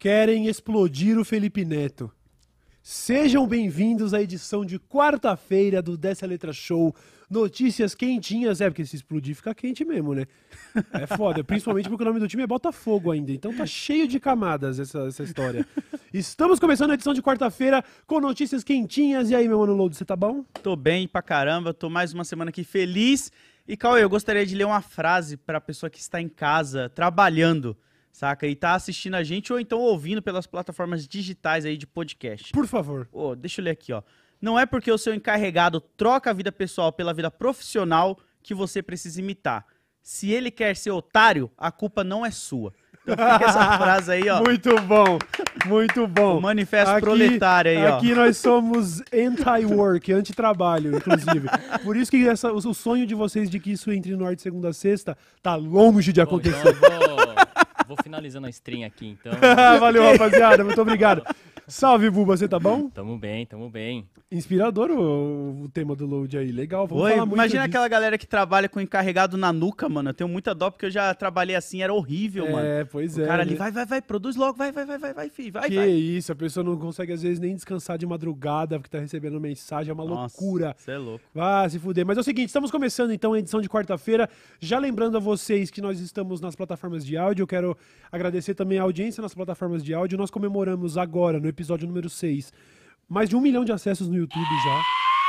querem explodir o Felipe Neto. Sejam bem-vindos à edição de quarta-feira do Dessa Letra Show. Notícias quentinhas, porque se explodir fica quente mesmo, né? É foda, principalmente porque o nome do time é Botafogo ainda, então tá cheio de camadas essa história. Estamos começando a edição de quarta-feira com notícias quentinhas. E aí, meu mano Lodo, você tá bom? Tô bem pra caramba, tô mais uma semana aqui feliz. E, Cauê, eu gostaria de ler uma frase pra pessoa que está em casa, trabalhando, saca? E tá assistindo a gente ou então ouvindo pelas plataformas digitais aí de podcast. Por favor. Deixa eu ler aqui, ó. Não é porque o seu encarregado troca a vida pessoal pela vida profissional que você precisa imitar. Se ele quer ser otário, a culpa não é sua. Então fica essa frase aí, ó. Muito bom, muito bom. O manifesto proletário aí, ó. Aqui nós somos anti-work, anti-trabalho, inclusive. Por isso que o sonho de vocês de que isso entre no ar de segunda a sexta tá longe de acontecer. Então vou finalizando a stream aqui, então. Valeu, rapaziada, muito obrigado. Salve, Buba, você tá bom? Tamo bem, tamo bem. Inspirador o tema do Load aí, legal. Vamos Oi, falar muito imagina disso. aquela galera que trabalha com encarregado na nuca, mano. Eu tenho muita dó porque eu já trabalhei assim, era horrível, mano. Pois O cara ali, né? vai, produz logo, vai, filho, vai. Isso, a pessoa não consegue às vezes nem descansar de madrugada porque tá recebendo mensagem, é uma loucura. Você é louco. Ah, se fuder. Mas é o seguinte, estamos começando então a edição de quarta-feira. Já lembrando a vocês que nós estamos nas plataformas de áudio, eu quero agradecer também a audiência nas plataformas de áudio. Nós comemoramos agora, no episódio número 6, mais de 1 milhão de acessos no YouTube já.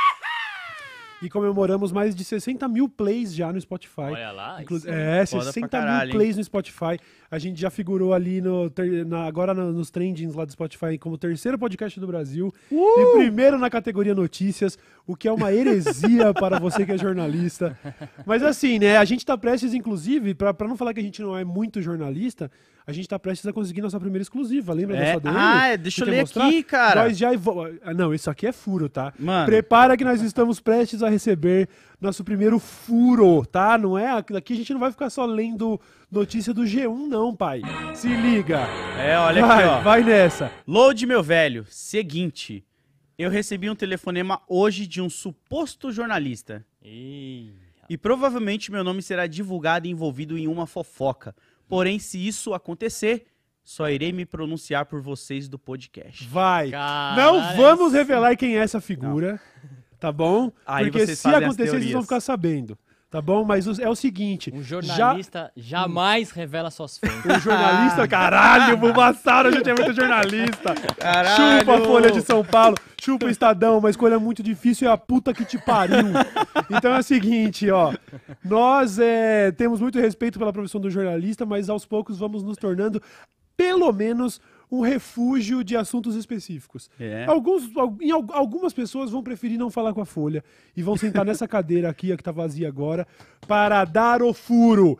E comemoramos mais de 60 mil plays já no Spotify. Olha lá. 60 mil plays no Spotify. A gente já figurou ali agora nos trendings lá do Spotify como o terceiro podcast do Brasil. E primeiro na categoria notícias, o que é uma heresia para você que é jornalista. Mas assim, né, a gente tá prestes, inclusive, pra não falar que a gente não é muito jornalista, a gente tá prestes a conseguir nossa primeira exclusiva. Lembra dessa dele? Deixa eu ler aqui, cara. Nós já Não, isso aqui é furo, tá? Mano. Prepara que nós estamos prestes a receber nosso primeiro furo, tá? Não é? Aqui a gente não vai ficar só lendo notícia do G1, não, pai. Se liga. Olha aqui, ó. Vai nessa. Load, meu velho. Seguinte. Eu recebi um telefonema hoje de um suposto jornalista. E provavelmente meu nome será divulgado e envolvido em uma fofoca. Porém, se isso acontecer, só irei me pronunciar por vocês do podcast. Vai. Caralho. Não vamos revelar quem é essa figura, tá bom? Aí porque vocês se fazem as acontecer, vocês vão teorias. ficar sabendo. Tá bom? Mas é o seguinte... Um jornalista jamais revela suas fontes. O jornalista, caralho, o Bubassaro, a gente é muito jornalista. Caralho. Chupa a Folha de São Paulo, chupa o Estadão, uma escolha muito difícil é a puta que te pariu. Então é o seguinte, ó, nós temos muito respeito pela profissão do jornalista, mas aos poucos vamos nos tornando, pelo menos, um refúgio de assuntos específicos. Algumas pessoas vão preferir não falar com a Folha e vão sentar nessa cadeira aqui, a que tá vazia agora, para dar o furo.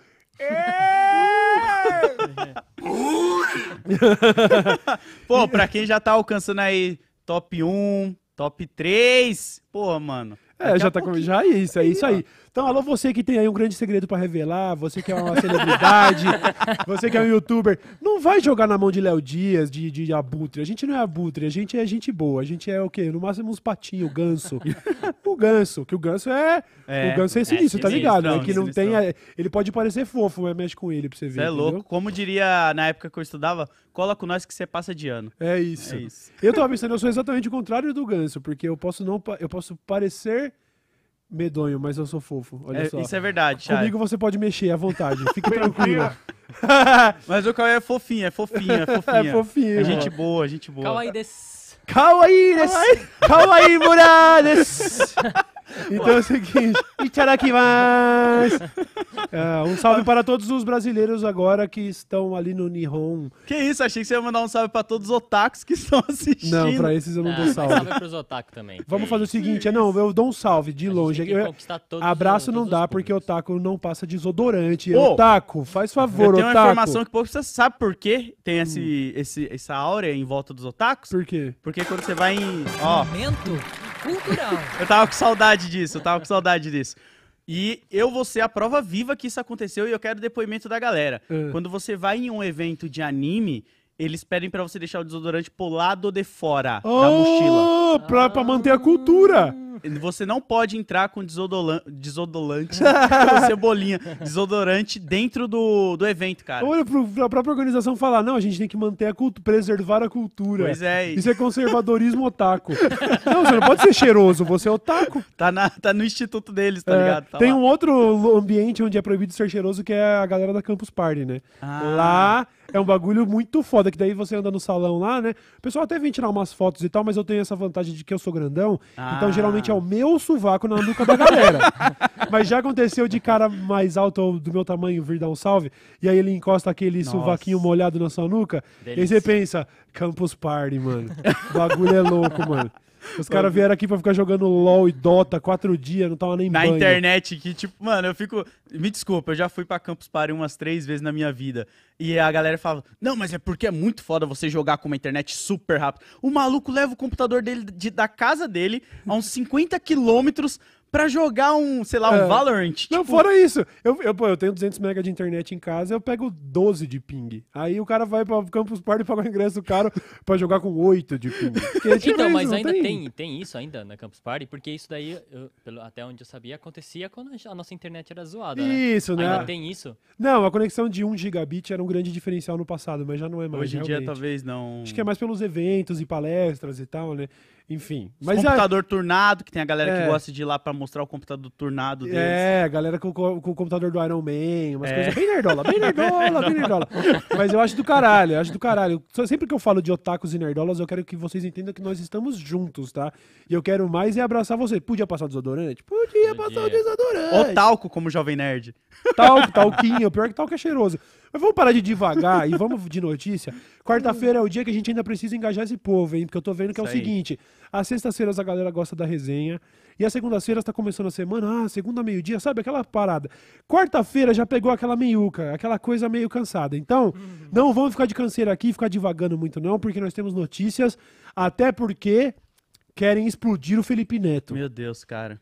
Pô, pra quem já tá alcançando aí top 1, top 3, pô, mano. Já é isso aí. Então, alô, você que tem aí um grande segredo pra revelar, você que é uma celebridade, você que é um youtuber, não vai jogar na mão de Léo Dias, de Abutre. A gente não é Abutre, a gente é gente boa. A gente é o quê? No máximo uns patinhos, ganso. O ganso é sinistro, tá ligado? Sinistrão, Que não tem, ele pode parecer fofo, mas mexe com ele pra você ver. Você é louco. Entendeu? Como diria na época que eu estudava, cola com nós que você passa de ano. É isso. Eu tava pensando, eu sou exatamente o contrário do ganso, porque eu posso parecer medonho, mas eu sou fofo. Olha só. Isso é verdade, Chay. Comigo você pode mexer à vontade. Fique tranquilo. Mas o Cauê é fofinho. É fofinho. É gente boa. Kawaii desu. Kawaii murades. Então é o seguinte, itadakimasu. Um salve para todos os brasileiros agora que estão ali no Nihon. Que isso, achei que você ia mandar um salve pra todos os otakus que estão assistindo. Não, pra esses eu não dou salve. Salve pros otaku também. Vamos fazer o seguinte, eu dou um salve de longe. Abraço não dá porque otaku não passa desodorante. Otaku, faz favor, eu tenho otaku. uma informação que pouco você sabe por que tem essa áurea em volta dos otakus? Por quê? Porque quando você vai em... Momento cultural. Eu tava com saudade disso. E eu vou ser a prova viva que isso aconteceu e eu quero depoimento da galera. Quando você vai em um evento de anime, eles pedem pra você deixar o desodorante pro lado de fora da mochila. Pra manter a cultura. você não pode entrar com desodorante, com cebolinha, desodorante dentro do evento, cara. Olha, pra própria organização falar, não, a gente tem que manter a cultura, preservar a cultura. Pois é. Isso é conservadorismo otaku. Não, você não pode ser cheiroso, você é otaku. Tá no instituto deles, tá ligado? Tá Tem lá. um outro ambiente onde é proibido ser cheiroso, que é a galera da Campus Party, né? Lá é um bagulho muito foda, que daí você anda no salão lá, né? O pessoal até vem tirar umas fotos e tal, mas eu tenho essa vantagem de que eu sou grandão, então geralmente é o meu sovaco na nuca da galera. Mas já aconteceu de cara mais alto ou do meu tamanho vir dar um salve, e aí ele encosta aquele sovaquinho molhado na sua nuca, e aí você pensa, Campus Party, mano. O bagulho é louco, mano. Os caras vieram aqui pra ficar jogando LOL e Dota 4 dias, não tava nem Na banho. internet, que tipo, mano, eu fico... Me desculpa, eu já fui pra Campus Party umas 3 vezes na minha vida. E a galera fala, não, mas é porque é muito foda você jogar com uma internet super rápida. O maluco leva o computador dele da casa dele a uns 50 quilômetros pra jogar um Valorant. Não, tipo, fora isso. Eu tenho 200 MB de internet em casa, eu pego 12 de ping. Aí o cara vai pra Campus Party e paga o ingresso caro pra jogar com 8 de ping. Porque, tipo, Então, isso, mas não ainda tem isso ainda na Campus Party, porque isso daí, até onde eu sabia, acontecia quando a nossa internet era zoada, né? Isso, né? Ainda tem isso? Não, a conexão de 1 gigabit era um grande diferencial no passado, mas já não é mais. Hoje em dia, realmente. talvez não... Acho que é mais pelos eventos e palestras e tal, né? Enfim. Mas computador turnado, que tem a galera que gosta de ir lá pra mostrar o computador turnado deles. a galera com o computador do Iron Man, umas coisas bem nerdola, bem nerdola. Mas eu acho do caralho, Sempre que eu falo de otakus e nerdolas, eu quero que vocês entendam que nós estamos juntos, tá? E eu quero mais é abraçar você. Podia passar o desodorante? Podia passar o desodorante. Ou talco, como Jovem Nerd. Talquinho, pior que talco é cheiroso. Mas vamos parar de devagar e vamos de notícia. Quarta-feira é o dia que a gente ainda precisa engajar esse povo, hein? Porque eu tô vendo que é o Isso aí. seguinte, às sextas-feiras a galera gosta da resenha, e às segundas-feiras tá começando a semana, segunda meio-dia, sabe? Aquela parada. Quarta-feira já pegou aquela meiuca, aquela coisa meio cansada. Então, não vamos ficar de canseira aqui, ficar divagando muito não, porque nós temos notícias, até porque querem explodir o Felipe Neto. Meu Deus, cara.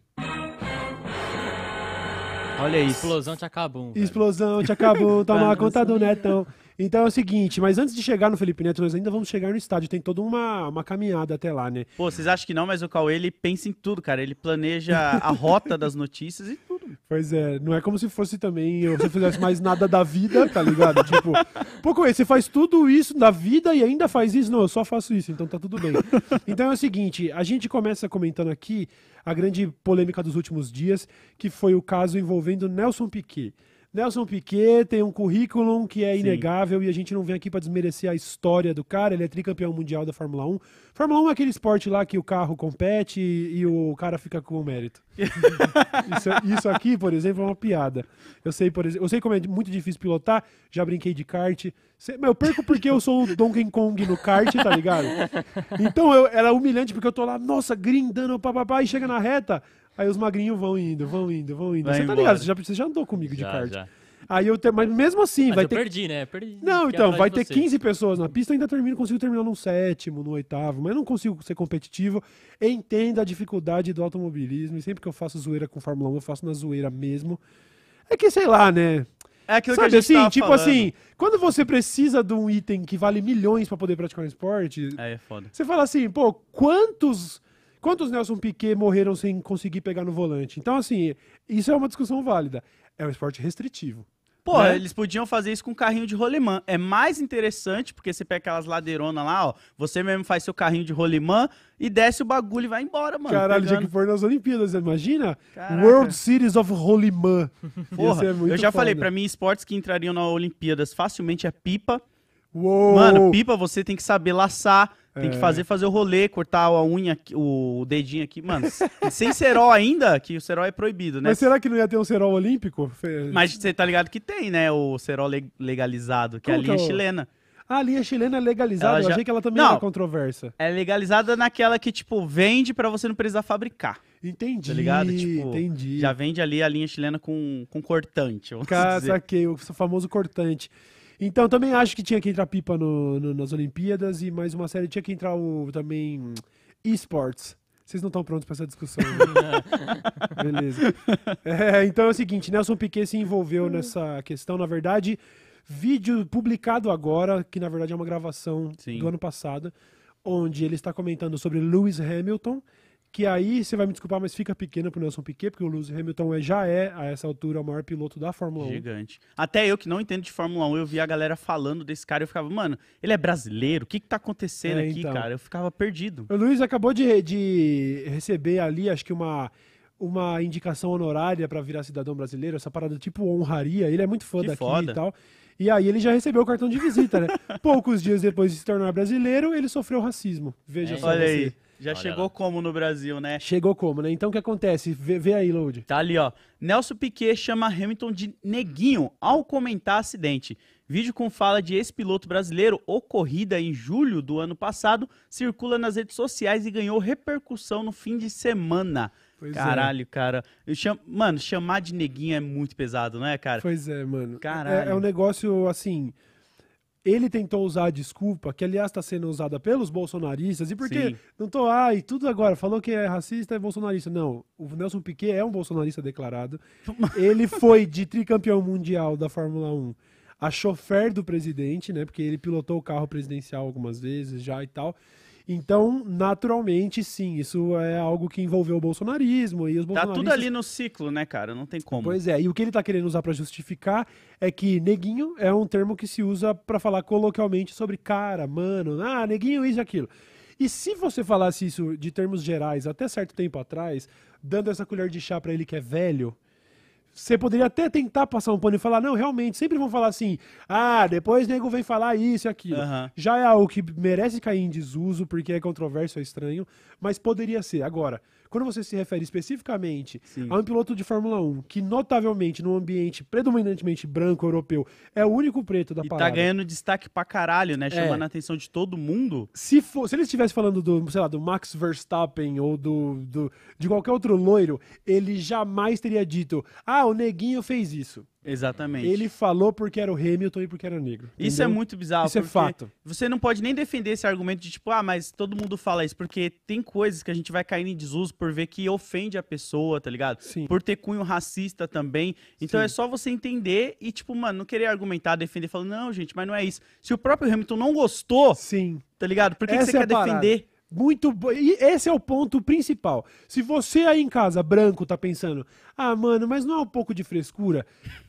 Olha isso. Explosão te acabou. velho. Explosão, te acabou, toma a conta do Netão. Então é o seguinte, mas antes de chegar no Felipe Neto, nós ainda vamos chegar no estádio. Tem toda uma caminhada até lá, né? Pô, vocês acham que não, mas o Cauê, ele pensa em tudo, cara. Ele planeja a rota das notícias e tudo. Pois é, não é como se fosse também você fizesse mais nada da vida, tá ligado? Tipo, pô, Cauê, você faz tudo isso da vida e ainda faz isso? Não, eu só faço isso, então tá tudo bem. Então é o seguinte, a gente começa comentando aqui a grande polêmica dos últimos dias, que foi o caso envolvendo Nelson Piquet. Nelson Piquet tem um currículo que é inegável e a gente não vem aqui para desmerecer a história do cara, ele é tricampeão mundial da Fórmula 1. Fórmula 1 é aquele esporte lá que o carro compete e o cara fica com o mérito. Isso aqui, por exemplo, é uma piada. Eu sei como é muito difícil pilotar, já brinquei de kart. Mas eu perco porque eu sou o Donkey Kong no kart, tá ligado? Então era humilhante porque eu tô lá, nossa, grindando, papapá, e chega na reta... Aí os magrinhos vão indo. Vai Você tá embora. ligado? Você já andou comigo de kart. Já. Aí mas mesmo assim, Mas vai eu ter. perdi, né? Perdi. Não, Fiquei então, atrás vai de ter você. 15 pessoas na pista, ainda consigo terminar num 7º, no 8º, mas não consigo ser competitivo. Entenda a dificuldade do automobilismo, e sempre que eu faço zoeira com Fórmula 1, eu faço na zoeira mesmo. É que, sei lá, né? É aquilo Sabe que a gente assim, tava tipo falando. assim, quando você precisa de um item que vale milhões pra poder praticar um esporte, É foda. você fala assim, pô, quantos Nelson Piquet morreram sem conseguir pegar no volante? Então, assim, isso é uma discussão válida. É um esporte restritivo. Pô, né? eles podiam fazer isso com carrinho de rolimã. É mais interessante, porque você pega aquelas ladeironas lá, ó. Você mesmo faz seu carrinho de rolimã e desce o bagulho e vai embora, mano. Caralho, tinha pegando. que pôr nas Olimpíadas, imagina? Caraca. World Series of Rolimã. Porra, eu já falei, pra mim. mim, esportes que entrariam na Olimpíadas facilmente é pipa. Uou! Mano, pipa você tem que saber laçar, tem que É. fazer o rolê, cortar a unha, o dedinho aqui. Mano, sem cerol ainda, que o cerol é proibido, né? Mas será que não ia ter um cerol olímpico? Mas você tá ligado que tem, né? O cerol legalizado, que é a Como que linha é o- chilena. Ah, a linha chilena é legalizada, Ela eu já- achei que ela também Não. era controversa. É legalizada naquela que, tipo, vende pra você não precisar fabricar. Entendi, Tá ligado? Tipo, entendi. já vende ali a linha chilena com cortante. Vamos Cara, dizer. saquei, o famoso cortante. Então, também acho que tinha que entrar pipa nas Olimpíadas e mais uma série tinha que entrar também esports. Vocês não estão prontos para essa discussão, né? Beleza. Então é o seguinte, Nelson Piquet se envolveu nessa questão, na verdade, vídeo publicado agora, que na verdade é uma gravação Sim. do ano passado, onde ele está comentando sobre Lewis Hamilton, que aí, você vai me desculpar, mas fica pequena pro Nelson Piquet, porque o Lewis Hamilton já é, a essa altura, o maior piloto da Fórmula 1. Gigante. Até eu que não entendo de Fórmula 1, eu vi a galera falando desse cara e eu ficava, mano, ele é brasileiro? O que tá acontecendo aqui, então. cara? Eu ficava perdido. O Lewis acabou de receber ali, acho que uma indicação honorária pra virar cidadão brasileiro, essa parada tipo honraria, ele é muito fã Que daqui foda. e tal. E aí ele já recebeu o cartão de visita, né? Poucos dias depois de se tornar brasileiro, ele sofreu racismo. Veja só Olha você. aí, já Olha chegou lá. como no Brasil, né? Chegou como, né? Então o que acontece? Vê aí, Load. Tá ali, ó. Nelson Piquet chama Hamilton de neguinho ao comentar acidente. Vídeo com fala de ex-piloto brasileiro ocorrida em julho do ano passado circula nas redes sociais e ganhou repercussão no fim de semana. Pois Caralho, cara. Mano, chamar de neguinho é muito pesado, não é, cara? Pois é, mano. Caralho. É um negócio assim. Ele tentou usar a desculpa, que aliás está sendo usada pelos bolsonaristas, e porque Sim. não tô, e tudo agora, falou que é racista, é bolsonarista. Não, o Nelson Piquet é um bolsonarista declarado. Ele foi de tricampeão mundial da Fórmula 1 a chofer do presidente, né? Porque ele pilotou o carro presidencial algumas vezes já e tal. Então, naturalmente, sim, isso é algo que envolveu o bolsonarismo e os Tá bolsonaristas... tudo ali no ciclo, né, cara? Não tem como. Pois é, e o que ele tá querendo usar pra justificar é que neguinho é um termo que se usa pra falar coloquialmente sobre cara, mano, neguinho isso e aquilo. E se você falasse isso de termos gerais até certo tempo atrás, dando essa colher de chá pra ele que é velho, você poderia até tentar passar um pano e falar, não, realmente, sempre vão falar assim, depois nego vem falar isso e aquilo. Aham. Já é algo que merece cair em desuso, porque é controverso, é estranho, mas poderia ser. Agora, quando você se refere especificamente Sim. a um piloto de Fórmula 1, que notavelmente, num ambiente predominantemente branco, europeu, é o único preto da E parada. tá ganhando destaque pra caralho, né? Chamando a atenção de todo mundo. Se ele estivesse falando do, sei lá, do Max Verstappen ou de qualquer outro loiro, ele jamais teria dito, o neguinho fez isso. Exatamente. Ele falou porque era o Hamilton e porque era negro. Isso é entendeu? muito bizarro. Isso é porque fato. Você não pode nem defender esse argumento de tipo, mas todo mundo fala isso, porque tem coisas que a gente vai cair em desuso por ver que ofende a pessoa, tá ligado? Sim. Por ter cunho racista também. Então Sim. é só você entender e, tipo, mano, não querer argumentar, defender, falando, não, gente, mas não é isso. Se o próprio Hamilton não gostou, Sim. tá ligado? Por que Essa você é quer a parada. defender? Muito bom. E esse é o ponto principal. Se você aí em casa, branco, tá pensando, mano, mas não é um pouco de frescura?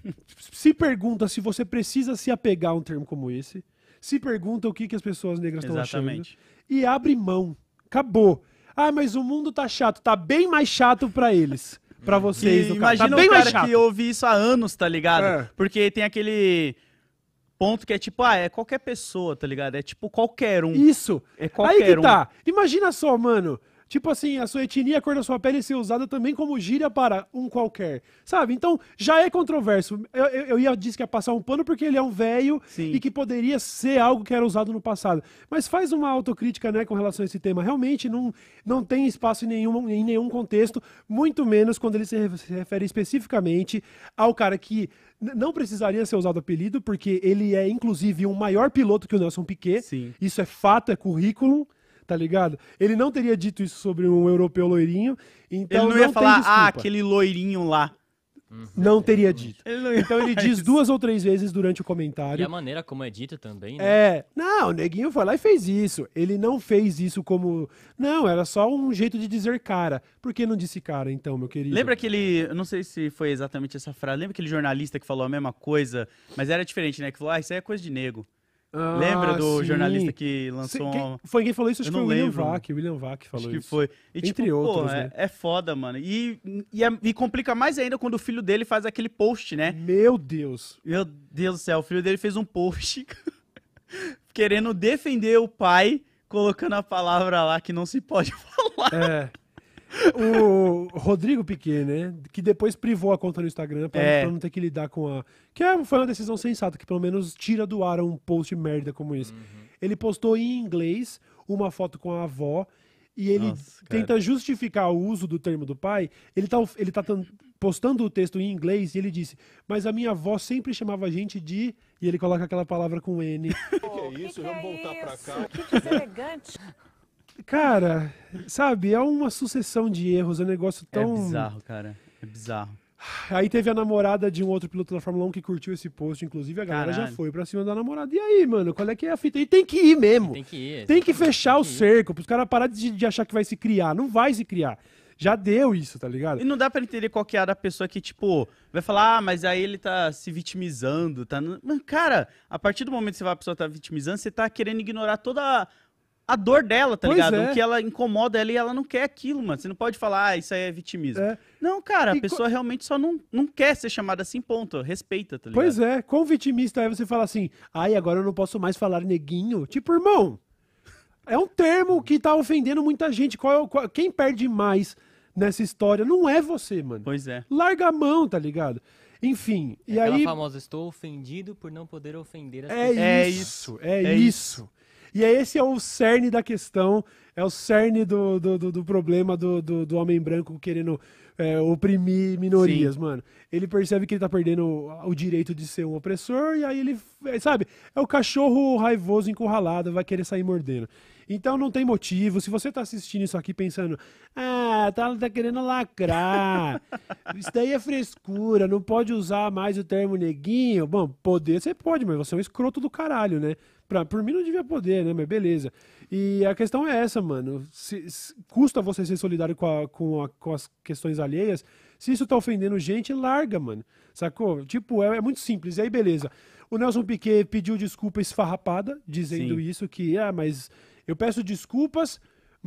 Se pergunta se você precisa se apegar a um termo como esse. Se pergunta o que as pessoas negras estão achando. Exatamente. E abre mão. Acabou. Mas o mundo tá chato. Tá bem mais chato pra eles. Pra vocês, E no caso. imagina Tá bem o mais cara chato. que ouve isso há anos, tá ligado? É. Porque tem aquele ponto que é tipo, é qualquer pessoa, tá ligado? É tipo qualquer um. Isso. É Aí qualquer que um. tá. Imagina só, mano. Tipo assim, a sua etnia, a cor da sua pele ser usada também como gíria para um qualquer. Sabe? Então, já é controverso. Eu ia dizer que ia passar um pano porque ele é um velho Sim. e que poderia ser algo que era usado no passado. Mas faz uma autocrítica, né, com relação a esse tema. Realmente não tem espaço em nenhum contexto, muito menos quando ele se refere especificamente ao cara que não precisaria ser usado apelido, porque ele é, inclusive, um maior piloto que o Nelson Piquet. Sim. Isso é fato, é currículo, tá ligado? Ele não teria dito isso sobre um europeu loirinho, então Ele não ia tem falar, desculpa. aquele loirinho lá. Não teria dito. Ele não ia Então ele falar diz isso. 2 ou 3 vezes durante o E comentário. a maneira como é dito também, né? Não, o neguinho foi lá e fez isso. Ele não fez isso como... Não, era só um jeito de dizer cara. Por que não disse cara, então, meu querido? Lembra aquele, eu não sei se foi exatamente essa frase, lembra aquele jornalista que falou a mesma coisa, mas era diferente, né? Que falou, isso aí é coisa de nego. Lembra do sim. jornalista que lançou Foi quem falou isso? Acho Eu que foi não o William lembro. Vac. O William Vac falou Acho que isso. foi. E, Entre tipo, outros, pô, né? é foda, mano. E complica mais ainda quando o filho dele faz aquele post, né? Meu Deus. Meu Deus do céu, o filho dele fez um post querendo defender o pai, colocando a palavra lá que não se pode falar. É. O Rodrigo Piquet, né? Que depois privou a conta no Instagram pra não ter que lidar com a... foi uma decisão sensata, que pelo menos tira do ar um post merda como esse. Ele postou em inglês uma foto com a avó e ele Nossa, cara. tenta justificar o uso do termo do pai. Ele tá postando o texto em inglês e ele disse, mas a minha avó sempre chamava a gente de... E ele coloca aquela palavra com N. Que é isso? Vamos voltar pra cá. Que deselegante. Cara, sabe, é uma sucessão de erros, é um negócio tão... É bizarro, cara. É bizarro. Aí teve a namorada de um outro piloto da Fórmula 1 que curtiu esse post, inclusive a galera já Caralho. foi pra cima da namorada. E aí, mano, qual é que é a fita? E tem que ir mesmo. Tem que ir. Tem que exatamente, fechar o tem que ir. cerco, pros caras pararem de achar que vai se criar. Não vai se criar. Já deu isso, tá ligado? E não dá pra entender qual que é a da pessoa que, tipo, vai falar, mas aí ele tá se vitimizando, tá... Mas, cara, a partir do momento que a pessoa tá vitimizando, você tá querendo ignorar toda a dor dela, tá Pois ligado? é. O que ela incomoda ela e ela não quer aquilo, mano. Você não pode falar, isso aí é vitimismo. É. Não, cara, a E pessoa realmente só não quer ser chamada assim, ponto. Respeita, tá ligado? Pois é, quão vitimista é você falar assim, ai, agora eu não posso mais falar neguinho? Tipo, irmão, é um termo que tá ofendendo muita gente. Quem perde mais nessa história não é você, mano. Pois é. Larga a mão, tá ligado? Enfim, e Aquela aí... famosa, estou ofendido por não poder ofender as É pessoas. isso, isso. E esse é o cerne da questão, é o cerne do problema do homem branco querendo oprimir minorias, Sim. mano. Ele percebe que ele tá perdendo o direito de ser um opressor, e aí ele, sabe, é o cachorro raivoso encurralado, vai querer sair mordendo. Então não tem motivo. Se você tá assistindo isso aqui pensando, tá querendo lacrar, isso daí é frescura, não pode usar mais o termo neguinho. Bom, poder você pode, mas você é um escroto do caralho, né? Por mim não devia poder, né? Mas beleza. E a questão é essa, mano. Custa você ser solidário com as questões alheias. Se isso tá ofendendo gente, larga, mano. Sacou? Tipo, é muito simples. E aí, beleza. O Nelson Piquet pediu desculpa esfarrapada, dizendo Sim. isso, que, mas eu peço desculpas,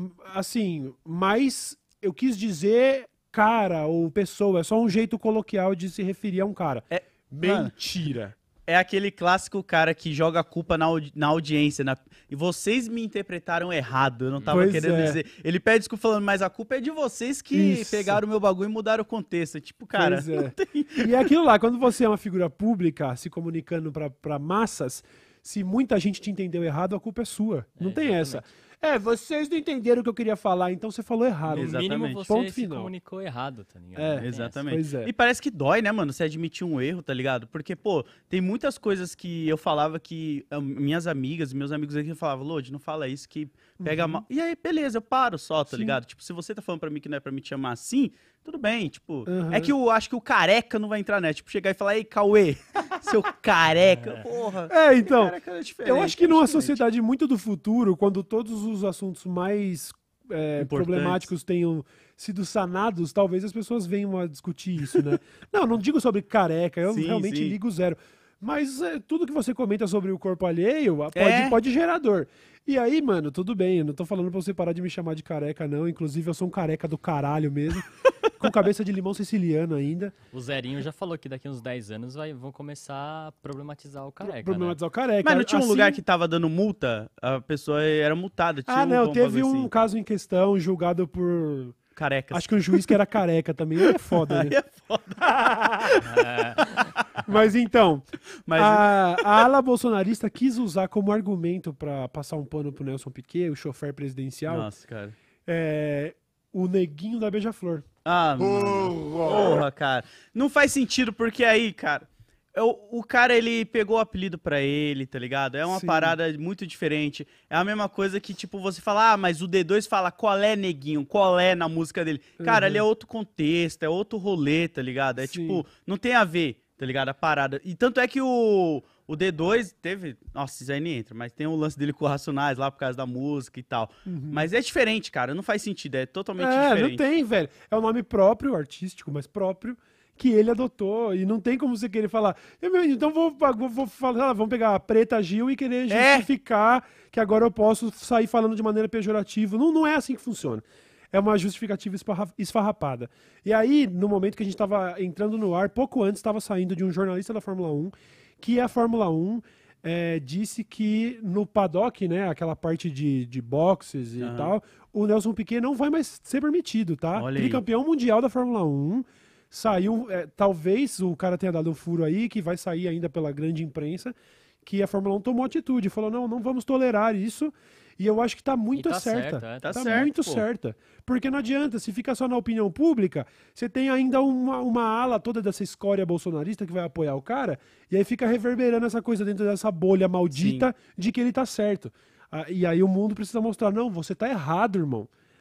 assim, mas eu quis dizer cara ou pessoa. É só um jeito coloquial de se referir a um cara. Mano, Mentira. é aquele clássico cara que joga a culpa na audiência. E vocês me interpretaram errado. Eu não tava Pois querendo é. dizer. Ele pede desculpa falando, mas a culpa é de vocês que Isso. pegaram o meu bagulho e mudaram o contexto. Tipo, cara, Pois é. não tem... E é aquilo lá, quando você é uma figura pública se comunicando pra massas, se muita gente te entendeu errado, a culpa é sua. Não tem essa. Vocês não entenderam o que eu queria falar, então você falou errado. No Exatamente. mínimo você Ponto se final. comunicou errado, tá ligado? É, Não tem Exatamente. Pois é. E parece que dói, né, mano? Você admitir um erro, tá ligado? Porque, pô, tem muitas coisas que eu falava que minhas amigas, meus amigos aqui falavam, Lodi, não fala isso que pega mal. E aí, beleza, eu paro só, tá Sim. ligado? Tipo, se você tá falando pra mim que não é pra me te chamar assim, tudo bem, tipo. Uhum. É que eu acho que o careca não vai entrar, né? Tipo, chegar e falar, ei, Cauê, seu careca, porra. Então, Careca é diferente, eu acho que é numa diferente. sociedade muito do futuro, quando todos os assuntos mais problemáticos tenham sido sanados, talvez as pessoas venham a discutir isso, né? Não digo sobre careca, eu Sim, realmente sim. ligo zero. Mas tudo que você comenta sobre o corpo alheio É. pode gerar dor. E aí, mano, tudo bem, eu não tô falando pra você parar de me chamar de careca, não. Inclusive, eu sou um careca do caralho mesmo. Com cabeça de limão siciliano ainda. O Zerinho já falou que daqui uns 10 anos vão começar a problematizar o careca, Problematizar o careca. Mas não tinha um Assim- lugar que tava dando multa? A pessoa era multada. Tinha não, um teve bagulho um assim. caso em questão julgado por... Carecas. Acho que um juiz que era careca também. Aí é foda, né? Aí é foda. Mas então, Mas a ala bolsonarista quis usar como argumento pra passar um pano pro Nelson Piquet, o chofer presidencial, nossa, cara. o neguinho da Beija-Flor. Ah, mano. Porra, cara. Não faz sentido, porque aí, cara, o cara, ele pegou o apelido pra ele, tá ligado? É uma Sim. parada muito diferente. É a mesma coisa que, tipo, você fala, mas o D2 fala qual é neguinho, qual é na música dele. Cara, Uhum. ali é outro contexto, é outro rolê, tá ligado? É Sim. tipo, não tem a ver, tá ligado? A parada. E tanto é que o D2 teve. Nossa, isso aí nem entra, mas tem o lance dele com o Racionais lá por causa da música e tal. Mas é diferente, cara. Não faz sentido, é totalmente diferente. Não tem, velho. É um nome próprio, artístico, mas próprio, que ele adotou. E não tem como você querer falar. Então vou falar, vamos pegar a Preta Gil e querer justificar que agora eu posso sair falando de maneira pejorativa. Não é assim que funciona. É uma justificativa esfarrapada. E aí, no momento que a gente estava entrando no ar, pouco antes estava saindo de um jornalista da Fórmula 1, que a Fórmula 1 disse que no paddock, né, aquela parte de boxes e tal, o Nelson Piquet não vai mais ser permitido, tá? Olha aí. Tricampeão mundial da Fórmula 1, saiu, talvez o cara tenha dado um furo aí, que vai sair ainda pela grande imprensa, que a Fórmula 1 tomou atitude, falou, não vamos tolerar isso, e eu acho que tá muito E tá certa. certo, Tá Tá certo, muito pô. certa. Porque não adianta, se fica só na opinião pública, você tem ainda uma ala toda dessa escória bolsonarista que vai apoiar o cara, e aí fica reverberando essa coisa dentro dessa bolha maldita de que ele tá certo. E aí o mundo precisa mostrar, não, você tá errado, irmão.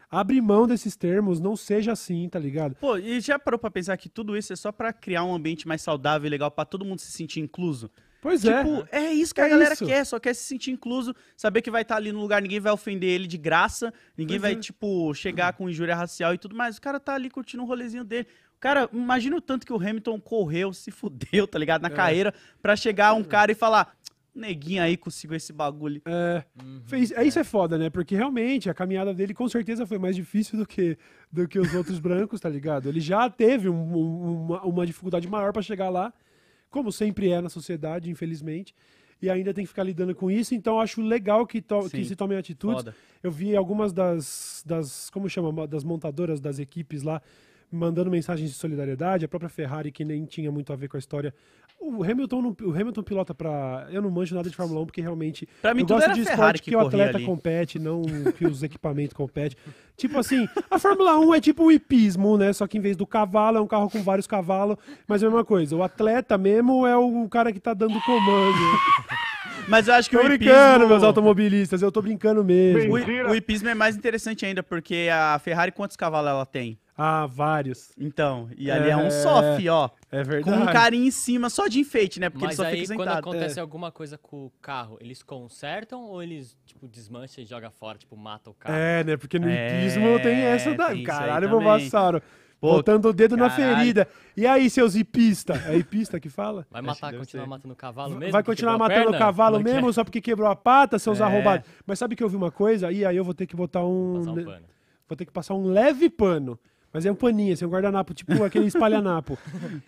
abre mão desses termos, não seja assim, tá ligado? Pô, e já parou pra pensar que tudo isso é só pra criar um ambiente mais saudável e legal pra todo mundo se sentir incluso? Pois Tipo, é isso que a É galera isso. quer, só quer se sentir incluso, saber que vai estar ali no lugar, ninguém vai ofender ele de graça, ninguém Pois vai, é. tipo, chegar com injúria racial e tudo mais. O cara tá ali curtindo o rolezinho dele. Cara, imagina o tanto que o Hamilton correu, se fudeu, tá ligado? Na carreira, pra chegar um cara e falar, neguinho aí conseguiu esse bagulho. Isso é foda, né? Porque realmente a caminhada dele com certeza foi mais difícil do que os outros brancos, tá ligado? Ele já teve uma dificuldade maior pra chegar lá, como sempre é na sociedade, infelizmente. E ainda tem que ficar lidando com isso, então eu acho legal que Sim. se tomem atitudes. Foda. Eu vi algumas como chama, das montadoras das equipes lá, mandando mensagens de solidariedade, a própria Ferrari, que nem tinha muito a ver com a história. O Hamilton pilota pra... Eu não manjo nada de Fórmula 1, porque realmente... Pra mim eu tudo gosto era de Ferrari esporte que que o corria atleta ali. compete, não que os equipamentos competem. Tipo assim, a Fórmula 1 é tipo o hipismo, né? Só que em vez do cavalo, é um carro com vários cavalos, mas é a mesma coisa. O atleta mesmo é o cara que tá dando comando. Mas eu acho que Tô o brincando, hipismo... meus automobilistas, eu tô brincando mesmo. O hipismo é mais interessante ainda, porque a Ferrari, quantos cavalos ela tem? Ah, vários. Então, e ali é um só, fi, ó. É Com verdade. um carinho em cima, só de enfeite, né? Porque ele Mas só aí, fica quando sentado. acontece alguma coisa com o carro, eles consertam ou eles, tipo, desmancham e jogam fora, tipo, matam o carro? É, né? Porque no É, hipismo tem essa tem isso aí Caralho, também. Vovassauro. Pô, Botando o dedo na caralho. ferida. E aí, seus hipistas? É hipista que fala? Vai Acho que matar, deve continuar ser. matando o cavalo mesmo? Vai que continuar quebrou a matando o perna? cavalo Como é que mesmo é? só porque quebrou a pata, seus É. arrombados. Mas sabe que eu vi uma coisa? E aí eu vou ter que botar Passar um pano. Vou ter que passar um leve pano. Mas é um paninho, assim, um guardanapo, tipo aquele espalhanapo.